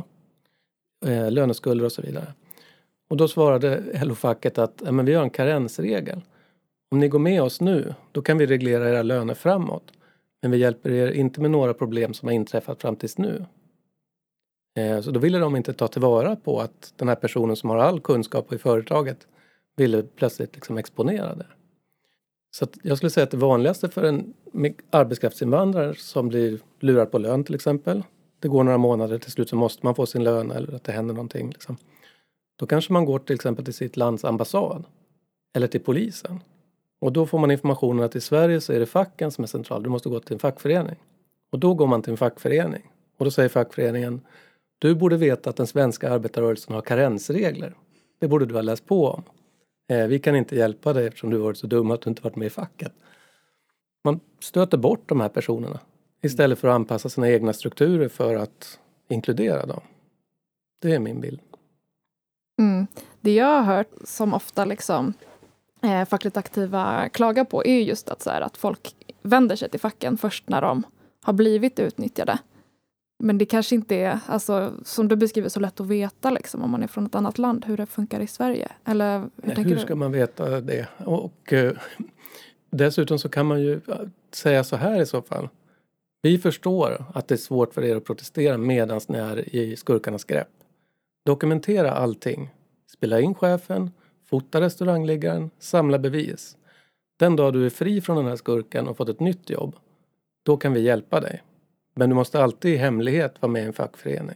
Eh, löneskulder och så vidare. Och då svarade L O-facket att ja, men vi har en karensregel. Om ni går med oss nu, då kan vi reglera era löner framåt. Men vi hjälper er inte med några problem som har inträffat fram tills nu. Eh, så då ville de inte ta tillvara på att den här personen som har all kunskap i företaget ville plötsligt liksom exponera det. Så att jag skulle säga att det vanligaste för en arbetskraftsinvandrare som blir lurad på lön till exempel. Det går några månader, till slut så måste man få sin lön eller att det händer någonting. Liksom. Då kanske man går till exempel till sitt lands ambassad eller till polisen. Och då får man informationen att i Sverige så är det facken som är central. Du måste gå till en fackförening. Och då går man till en fackförening. Och då säger fackföreningen, du borde veta att den svenska arbetarrörelsen har karensregler. Det borde du ha läst på om. Eh, vi kan inte hjälpa dig eftersom du varit så dum att du inte varit med i facket. Man stöter bort de här personerna. Istället för att anpassa sina egna strukturer för att inkludera dem. Det är min bild. Mm. Det jag har hört som ofta liksom, eh, fackligt aktiva klagar på är just att, så här, att folk vänder sig till facken först när de har blivit utnyttjade. Men det kanske inte är, alltså, som du beskriver, så lätt att veta liksom, om man är från ett annat land, hur det funkar i Sverige. Eller hur, Nej, tänker hur du? ska man veta det? Och eh, dessutom så kan man ju säga så här i så fall. Vi förstår att det är svårt för er att protestera medan ni är i skurkarnas grepp. Dokumentera allting. Spela in chefen, fota restaurangläggaren, samla bevis. Den dag du är fri från den här skurken och fått ett nytt jobb, då kan vi hjälpa dig. Men du måste alltid i hemlighet vara med i en fackförening.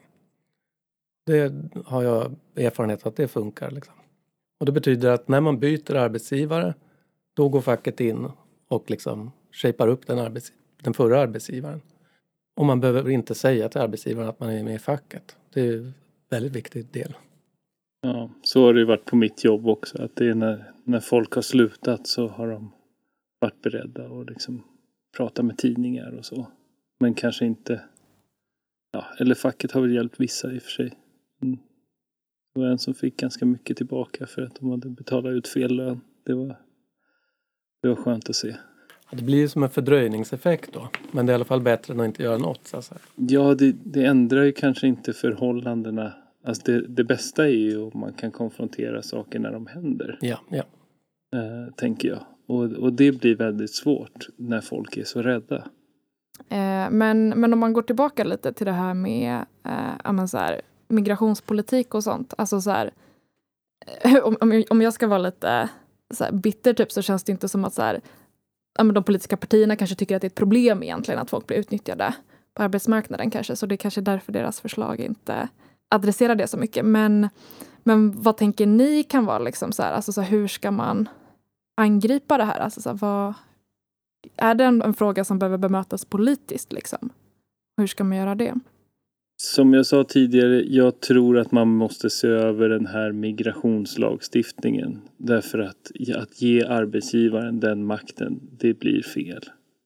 Det har jag erfarenhet att det funkar. Liksom. Och det betyder att när man byter arbetsgivare, då går facket in och liksom shapar upp den, arbets- den förra arbetsgivaren. Och man behöver inte säga till arbetsgivaren att man är med i facket. Det är en väldigt viktig del. Ja, så har det ju varit på mitt jobb också. Att det är när, när folk har slutat så har de varit beredda att liksom prata med tidningar och så. Men kanske inte... Ja, eller facket har väl hjälpt vissa i och för sig. Mm. Det var en som fick ganska mycket tillbaka för att de hade betalat ut fel lön. Det var, det var skönt att se. Det blir som en fördröjningseffekt då. Men det är i alla fall bättre än att inte göra något. Så att säga. Ja, det, det ändrar ju kanske inte förhållandena. Alltså det, det bästa är ju om man kan konfrontera saker när de händer. Ja, ja. Eh, tänker jag. Och, och det blir väldigt svårt när folk är så rädda. Eh, men, men om man går tillbaka lite till det här med eh, men så här, migrationspolitik och sånt. Alltså så här, om, om, om jag ska vara lite så här, bitter typ, så känns det inte som att så här, ja, men de politiska partierna kanske tycker att det är ett problem egentligen att folk blir utnyttjade på arbetsmarknaden kanske. Så det är kanske därför deras förslag inte adresserar det så mycket. Men, men vad tänker ni kan vara liksom så här, alltså så här, hur ska man angripa det här? Alltså så här, vad, är det en, en fråga som behöver bemötas politiskt liksom? Hur ska man göra det? Som jag sa tidigare, jag tror att man måste se över den här migrationslagstiftningen. Därför att, att ge arbetsgivaren den makten, det blir fel.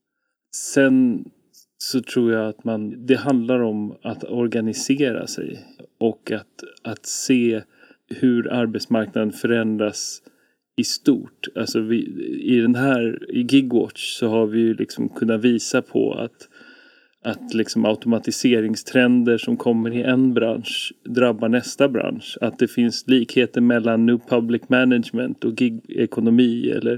Sen så tror jag att man, det handlar om att organisera sig. Och att, att se hur arbetsmarknaden förändras i stort. Alltså vi, i den här, i Gigwatch så har vi ju liksom kunnat visa på att Att liksom automatiseringstrender som kommer i en bransch drabbar nästa bransch. Att det finns likheter mellan New Public Management och gig-ekonomi. Eller,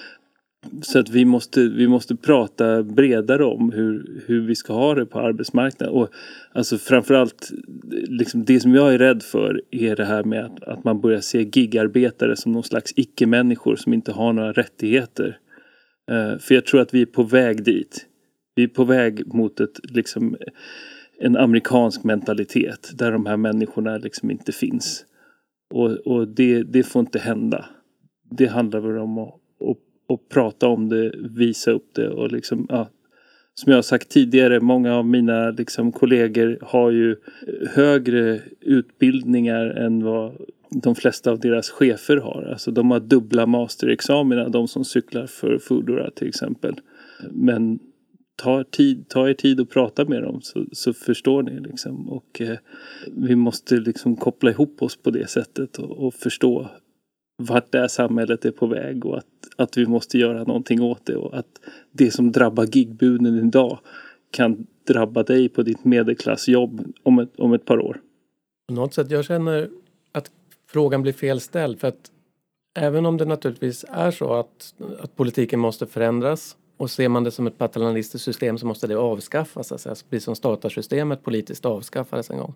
så att vi måste, vi måste prata bredare om hur, hur vi ska ha det på arbetsmarknaden. Och alltså framförallt, liksom det som jag är rädd för är det här med att, att man börjar se gigarbetare som någon slags icke-människor som inte har några rättigheter. Uh, för jag tror att vi är på väg dit. Vi är på väg mot ett, liksom, en amerikansk mentalitet där de här människorna liksom inte finns. Och, och det, det får inte hända. Det handlar väl om att, att, att prata om det, visa upp det. Och liksom, ja, som jag har sagt tidigare, många av mina liksom, kollegor har ju högre utbildningar än vad de flesta av deras chefer har. Alltså de har dubbla masterexamina, de som cyklar för Foodora till exempel. Men Ta, tid, ta er tid att prata med dem så, så förstår ni liksom. Och eh, vi måste liksom koppla ihop oss på det sättet och, och förstå vart det här samhället är på väg och att, att vi måste göra någonting åt det och att det som drabbar gigbuden idag kan drabba dig på ditt medelklassjobb om ett, om ett par år. På något sätt jag känner att frågan blir fel ställd för att även om det naturligtvis är så att, att politiken måste förändras. Och ser man det som ett paternalistiskt system så måste det avskaffas. Alltså, precis som statarsystemet politiskt avskaffades en gång.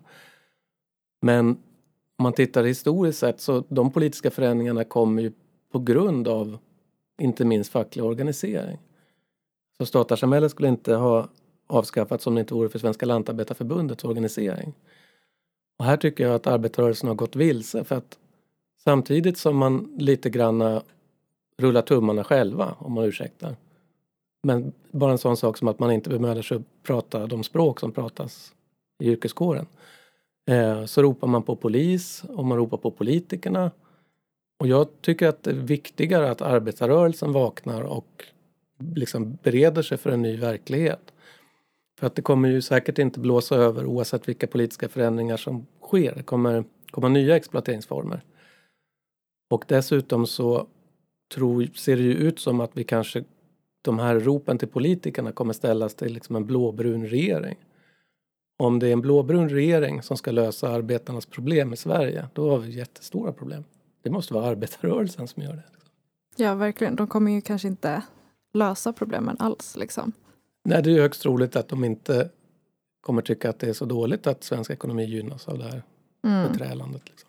Men om man tittar historiskt sett så de politiska förändringarna kommer ju på grund av inte minst facklig organisering. Så statarsamhället skulle inte ha avskaffats om det inte vore för Svenska lantarbetarförbundets organisering. Och här tycker jag att arbetarrörelsen har gått vilse för att samtidigt som man lite grann rullar tummarna själva om man ursäktar. Men bara en sån sak som att man inte bemödar sig att prata de språk som pratas i yrkeskåren. Eh, så ropar man på polis och man ropar på politikerna. Och jag tycker att det är viktigare att arbetarrörelsen vaknar och liksom bereder sig för en ny verklighet. För att det kommer ju säkert inte blåsa över oavsett vilka politiska förändringar som sker. Det kommer komma nya exploateringsformer. Och dessutom så tror, ser det ju ut som att vi kanske de här ropen till politikerna kommer ställas till liksom en blåbrun regering. Om det är en blåbrun regering som ska lösa arbetarnas problem i Sverige, då har vi jättestora problem. Det måste vara arbetarrörelsen som gör det. Ja, verkligen. De kommer ju kanske inte lösa problemen alls. Liksom. Nej, det är ju högst troligt att de inte kommer tycka att det är så dåligt att svensk ekonomi gynnas av det här mm. beträlandet. Liksom.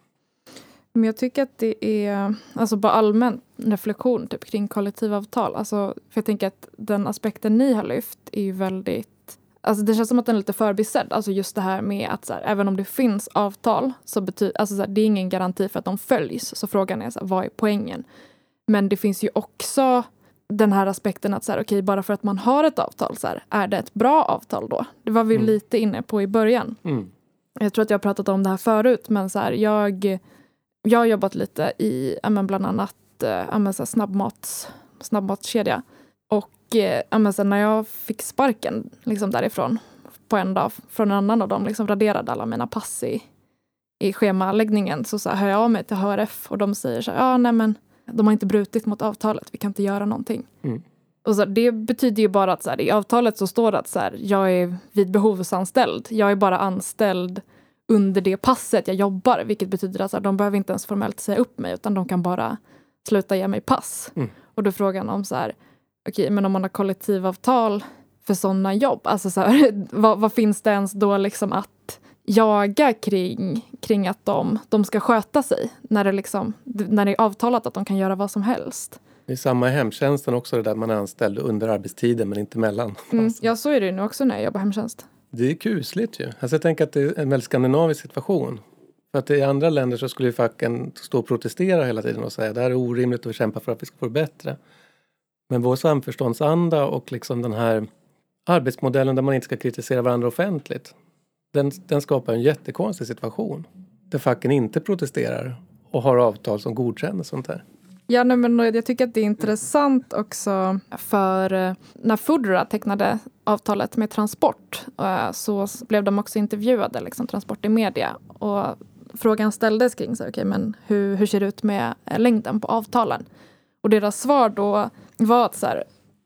Men jag tycker att det är, alltså bara allmän reflektion typ, kring kollektivavtal. Alltså, för jag tänker att den aspekten ni har lyft är ju väldigt, alltså det känns som att den är lite förbisedd. Alltså just det här med att så här, även om det finns avtal så betyder, alltså så här, det är ingen garanti för att de följs. Så frågan är så här, vad är poängen? Men det finns ju också den här aspekten att så här, okej, bara för att man har ett avtal så här, är det ett bra avtal då? Det var vi mm. lite inne på i början. Mm. Jag tror att jag har pratat om det här förut, men så här, jag, jag har jobbat lite i men bland annat men så här, snabbmats, snabbmatskedja. Och men så här, när jag fick sparken liksom därifrån på en dag från en annan av dem liksom raderade alla mina pass i, i schemaläggningen, så, så här, hör jag av mig till H R F och de säger så här, ja nej men de har inte brutit mot avtalet, vi kan inte göra någonting. Mm. Och så, det betyder ju bara att så här, i avtalet så står det att så här, jag är vid behovsanställd. Jag är bara anställd under det passet jag jobbar. Vilket betyder att så här, de behöver inte ens formellt säga upp mig, utan de kan bara sluta ge mig pass. Mm. Och då är frågan om så här, okej, men om man har kollektivavtal för sådana jobb. Alltså så här, vad, vad finns det ens då liksom att jaga kring, kring att de, de ska sköta sig när det, liksom, när det är avtalat att de kan göra vad som helst. Det är samma i hemtjänsten också, det där man är anställd under arbetstiden men inte mellan. Mm, ja, så är det nu också när jag jobbar hemtjänst. Det är kusligt ju. Alltså jag tänker att det är en väldigt skandinavisk situation. För att i andra länder så skulle ju facken stå och protestera hela tiden och säga det här är orimligt och kämpa för att vi ska få det bättre. Men vår samförståndsanda och liksom den här arbetsmodellen där man inte ska kritisera varandra offentligt, Den, den skapar en jättekonstig situation. Där facken inte protesterar och har avtal som godkänner sånt här. Ja, nej, men jag tycker att det är intressant också för när Foodora tecknade avtalet med Transport så blev de också intervjuade, liksom, Transport i media. Och frågan ställdes kring så, okay, men hur, hur ser det ut med längden på avtalen? Och deras svar då var att så här,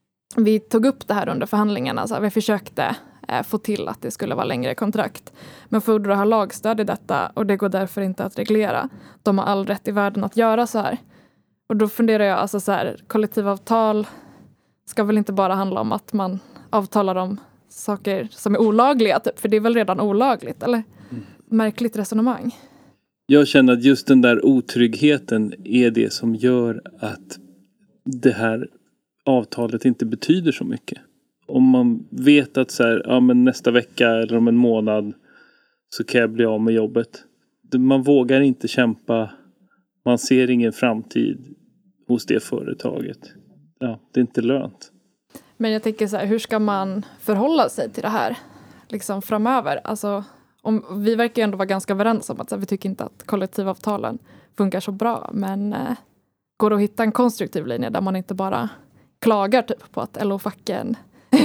vi tog upp det här under förhandlingarna. Så här, vi försökte få till att det skulle vara längre kontrakt. Men Foodora har lagstöd i detta och det går därför inte att reglera. De har all rätt i världen att göra så här. Och då funderar jag, alltså så här, kollektivavtal ska väl inte bara handla om att man avtalar om saker som är olagliga, typ, för det är väl redan olagligt, eller? Mm. Märkligt resonemang. Jag känner att just den där otryggheten är det som gör att det här avtalet inte betyder så mycket. Om man vet att så här, ja, men nästa vecka eller om en månad så kan jag bli av med jobbet. Man vågar inte kämpa. Man ser ingen framtid hos det företaget. Ja, det är inte lönt. Men jag tänker så här, hur ska man förhålla sig till det här liksom framöver? Alltså, om, vi verkar ju ändå vara ganska överens om att så här, vi tycker inte att kollektivavtalen funkar så bra. Men eh, går det att hitta en konstruktiv linje där man inte bara klagar typ på att L O-facken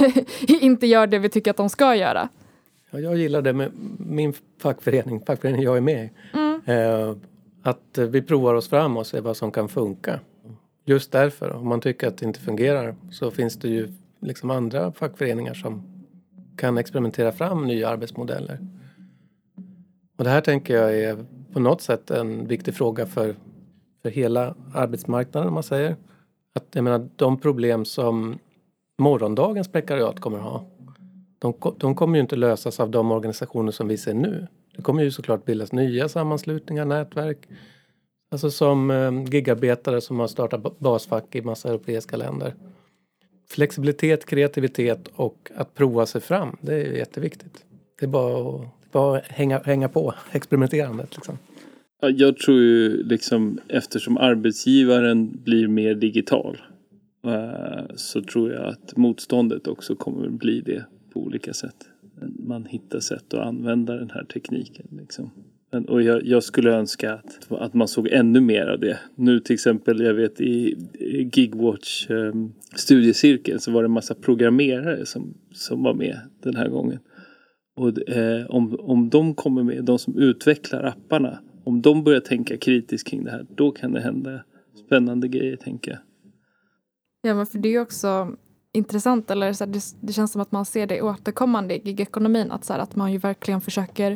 inte gör det vi tycker att de ska göra? Ja, jag gillar det med min fackförening, fackföreningen jag är med i. Mm. Eh, att vi provar oss fram och ser vad som kan funka. Just därför, om man tycker att det inte fungerar så finns det ju liksom andra fackföreningar som kan experimentera fram nya arbetsmodeller. Och det här tänker jag är på något sätt en viktig fråga för, för hela arbetsmarknaden, om man säger. Att jag menar, de problem som morgondagens prekariat kommer att ha, de, de kommer ju inte lösas av de organisationer som vi ser nu. Det kommer ju såklart bildas nya sammanslutningar, nätverk. Alltså som eh, gigarbetare som har startat basfack i massa europeiska länder. Flexibilitet, kreativitet och att prova sig fram, det är jätteviktigt. Det är bara att, bara att hänga, hänga på experimenterandet liksom. Ja, jag tror ju liksom eftersom arbetsgivaren blir mer digital eh, så tror jag att motståndet också kommer att bli det på olika sätt. Man hittar sätt att använda den här tekniken liksom. Och jag, jag skulle önska att, att man såg ännu mer av det. Nu till exempel, jag vet i, i Gigwatch eh, studiecirkeln så var det en massa programmerare som, som var med den här gången. Och eh, om, om de kommer med, de som utvecklar apparna, om de börjar tänka kritiskt kring det här, då kan det hända spännande grejer, tänker jag. Ja, men för det är också, intressant, eller så här, det, det känns som att man ser det återkommande i gigekonomin, att, så här, att man ju verkligen försöker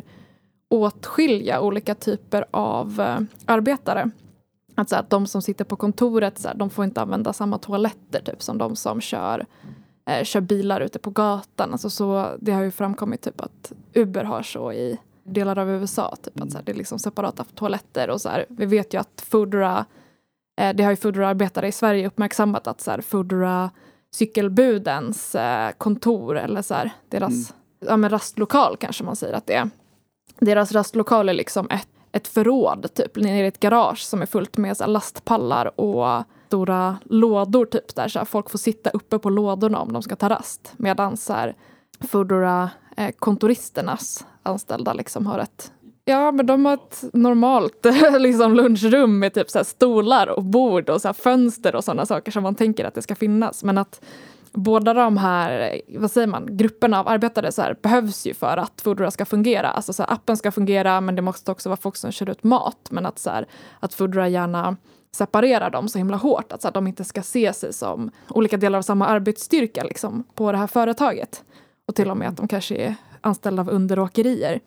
åtskilja olika typer av eh, arbetare. Att, så här, att de som sitter på kontoret, så här, de får inte använda samma toaletter typ, som de som kör, eh, kör bilar ute på gatan. Alltså, så, det har ju framkommit typ, att Uber har så i delar av U S A. Typ, att, så här, det är liksom separata toaletter. Och, så här, vi vet ju att Foodora, eh, det har ju Foodora-arbetare i Sverige uppmärksammat, att så här, Foodora cykelbudens eh, kontor, eller så här, deras mm. ja, men rastlokal kanske man säger att det är. Deras rastlokal är liksom ett, ett förråd typ, nere i ett garage som är fullt med så här, lastpallar och stora lådor typ, där så här, folk får sitta uppe på lådorna om de ska ta rast. Medan så här, Foodora eh, kontoristernas anställda liksom har ett, ja men de har ett normalt liksom lunchrum med typ så här, stolar och bord och så här, fönster och sådana saker som man tänker att det ska finnas. Men att båda de här, vad säger man, grupperna av arbetare så här, behövs ju för att Foodora ska fungera. Alltså så här, appen ska fungera, men det måste också vara folk som kör ut mat. Men att, så här, att Foodora gärna separerar dem så himla hårt. Att så här, de inte ska se sig som olika delar av samma arbetsstyrka liksom, på det här företaget. Och till och med att de kanske är anställda av underåkerier.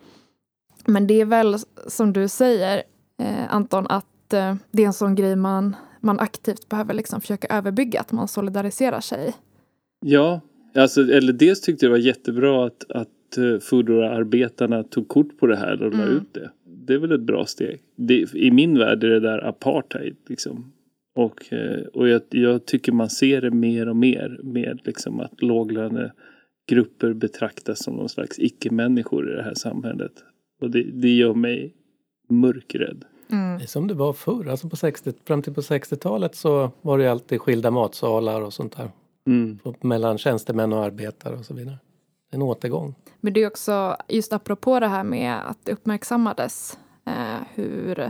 Men det är väl som du säger, eh, Anton, att eh, det är en sån grej man, man aktivt behöver liksom försöka överbygga. Att man solidariserar sig. Ja, alltså, eller dels tyckte jag det var jättebra att, att uh, Foodora-arbetarna tog kort på det här och la mm. ut det. Det är väl ett bra steg. Det, i min värld är det där apartheid liksom. Och, uh, och jag, jag tycker man ser det mer och mer med liksom att låglönegrupper betraktas som någon slags icke-människor i det här samhället. Och det, det gör mig mörkrädd. Mm. Det är som det var förr. Alltså på sextio, fram till på sextiotalet så var det alltid skilda matsalar och sånt där. Mm. Mellan tjänstemän och arbetare och så vidare. En återgång. Men det är också, just apropå det här med att det uppmärksammades eh, hur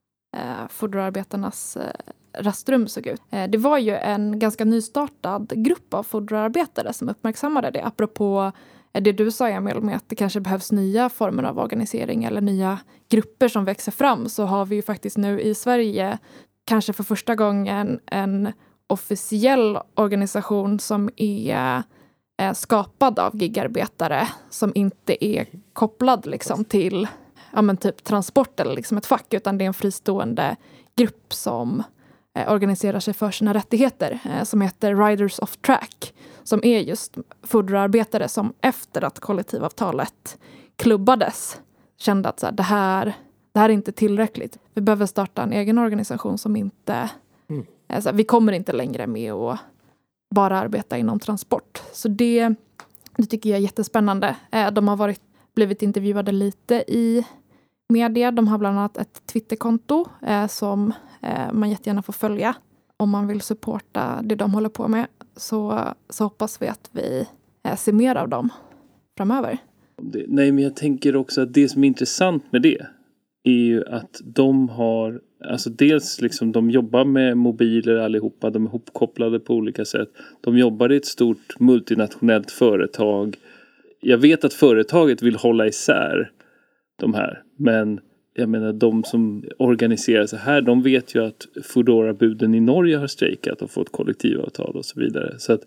eh, Foodora-arbetarnas eh, rastrum såg ut. Eh, det var ju en ganska nystartad grupp av Foodora-arbetare som uppmärksammade det. Apropå eh, det du sa, Emil, med att det kanske behövs nya former av organisering eller nya grupper som växer fram, så har vi ju faktiskt nu i Sverige kanske för första gången en officiell organisation som är eh, skapad av gigarbetare, som inte är kopplad liksom, till ja, men typ transport eller liksom ett fack, utan det är en fristående grupp som eh, organiserar sig för sina rättigheter, eh, som heter Riders of Track, som är just Foodora-arbetare som efter att kollektivavtalet klubbades kände att så här, det, här, det här är inte tillräckligt. Vi behöver starta en egen organisation som inte mm. Alltså, vi kommer inte längre med att bara arbeta inom transport. Så det, det tycker jag är jättespännande. De har varit, blivit intervjuade lite i media. De har bland annat ett Twitterkonto eh, som eh, man jättegärna får följa. Om man vill supporta det de håller på med, så, så hoppas vi att vi eh, ser mer av dem framöver. Det, nej, men jag tänker också att det som är intressant med det är ju att de har, alltså dels liksom de jobbar med mobiler allihopa, de är hopkopplade på olika sätt. De jobbar i ett stort multinationellt företag. Jag vet att företaget vill hålla isär de här, men jag menar de som organiserar sig här, de vet ju att Foodora-buden i Norge har strejkat och fått kollektivavtal och så vidare. Så att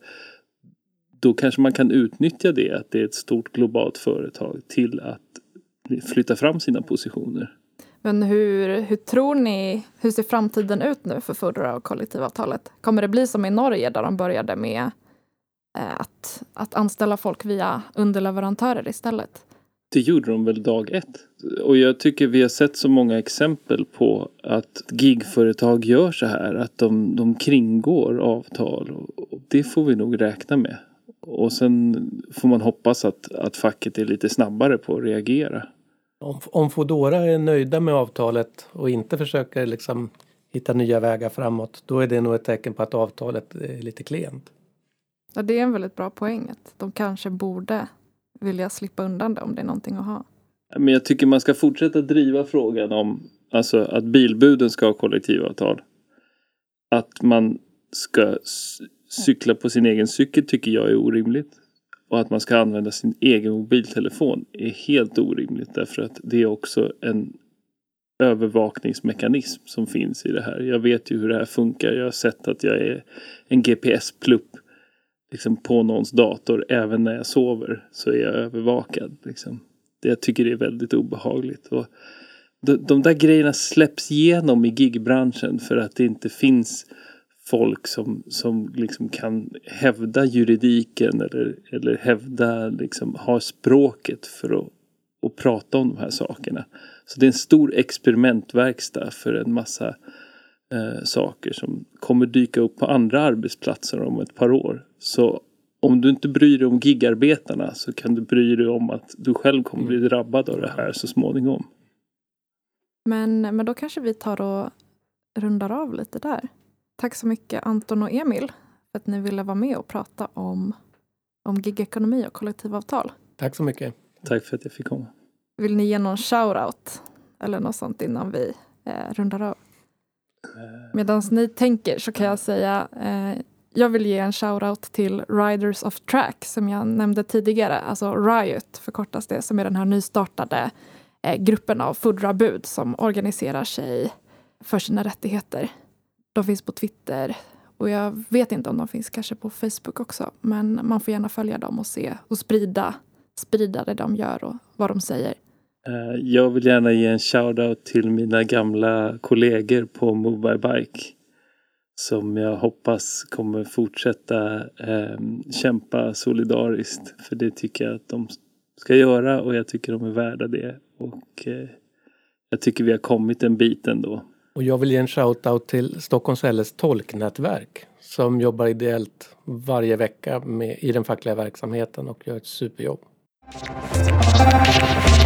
då kanske man kan utnyttja det, att det är ett stort globalt företag, till att flytta fram sina positioner. Men hur, hur tror ni, hur ser framtiden ut nu för Foodora och kollektivavtalet? Kommer det bli som i Norge där de började med eh, att, att anställa folk via underleverantörer istället? Det gjorde de väl dag ett. Och jag tycker vi har sett så många exempel på att gigföretag gör så här. Att de, de kringgår avtal. Och det får vi nog räkna med. Och sen får man hoppas att, att facket är lite snabbare på att reagera. Om, om Foodora är nöjda med avtalet och inte försöker liksom hitta nya vägar framåt, då är det nog ett tecken på att avtalet är lite klent. Ja, det är en väldigt bra poäng. Att de kanske borde vilja slippa undan det om det är någonting att ha. Men jag tycker man ska fortsätta driva frågan om alltså, att bilbuden ska ha kollektivavtal. Att man ska cykla på sin egen cykel tycker jag är orimligt. Och att man ska använda sin egen mobiltelefon är helt orimligt. Därför att det är också en övervakningsmekanism som finns i det här. Jag vet ju hur det här funkar. Jag har sett att jag är en G P S-plupp. liksom på någons dator även när jag sover så är jag övervakad. Liksom. Det jag tycker det är väldigt obehagligt. Och de, de där grejerna släpps igenom i gigbranschen för att det inte finns folk som, som liksom kan hävda juridiken eller, eller hävda, liksom, ha språket för att, att prata om de här sakerna. Så det är en stor experimentverkstad för en massa eh, saker som kommer dyka upp på andra arbetsplatser om ett par år. Så om du inte bryr dig om gigarbetarna så kan du bry dig om att du själv kommer bli drabbad av det här så småningom. Men, men då kanske vi tar och rundar av lite där. Tack så mycket Anton och Emil för att ni ville vara med och prata om, om gigekonomi och kollektivavtal. Tack så mycket. Tack för att jag fick komma. Vill ni ge någon shoutout eller något sånt innan vi eh, rundar av? Medan ni tänker så kan jag säga eh, jag vill ge en shoutout till Riders of Track som jag nämnde tidigare. Alltså Riot förkortas det, som är den här nystartade eh, gruppen av foodrabud som organiserar sig för sina rättigheter. De finns på Twitter och jag vet inte om de finns kanske på Facebook också. Men man får gärna följa dem och se och sprida, sprida det de gör och vad de säger. Jag vill gärna ge en shoutout till mina gamla kollegor på Move by Bike. Som jag hoppas kommer fortsätta eh, kämpa solidariskt. För det tycker jag att de ska göra och jag tycker de är värda det. Och eh, jag tycker vi har kommit en bit ändå. Och jag vill ge en shoutout till Stockholms L S tolknätverk som jobbar ideellt varje vecka med, i den fackliga verksamheten och gör ett superjobb.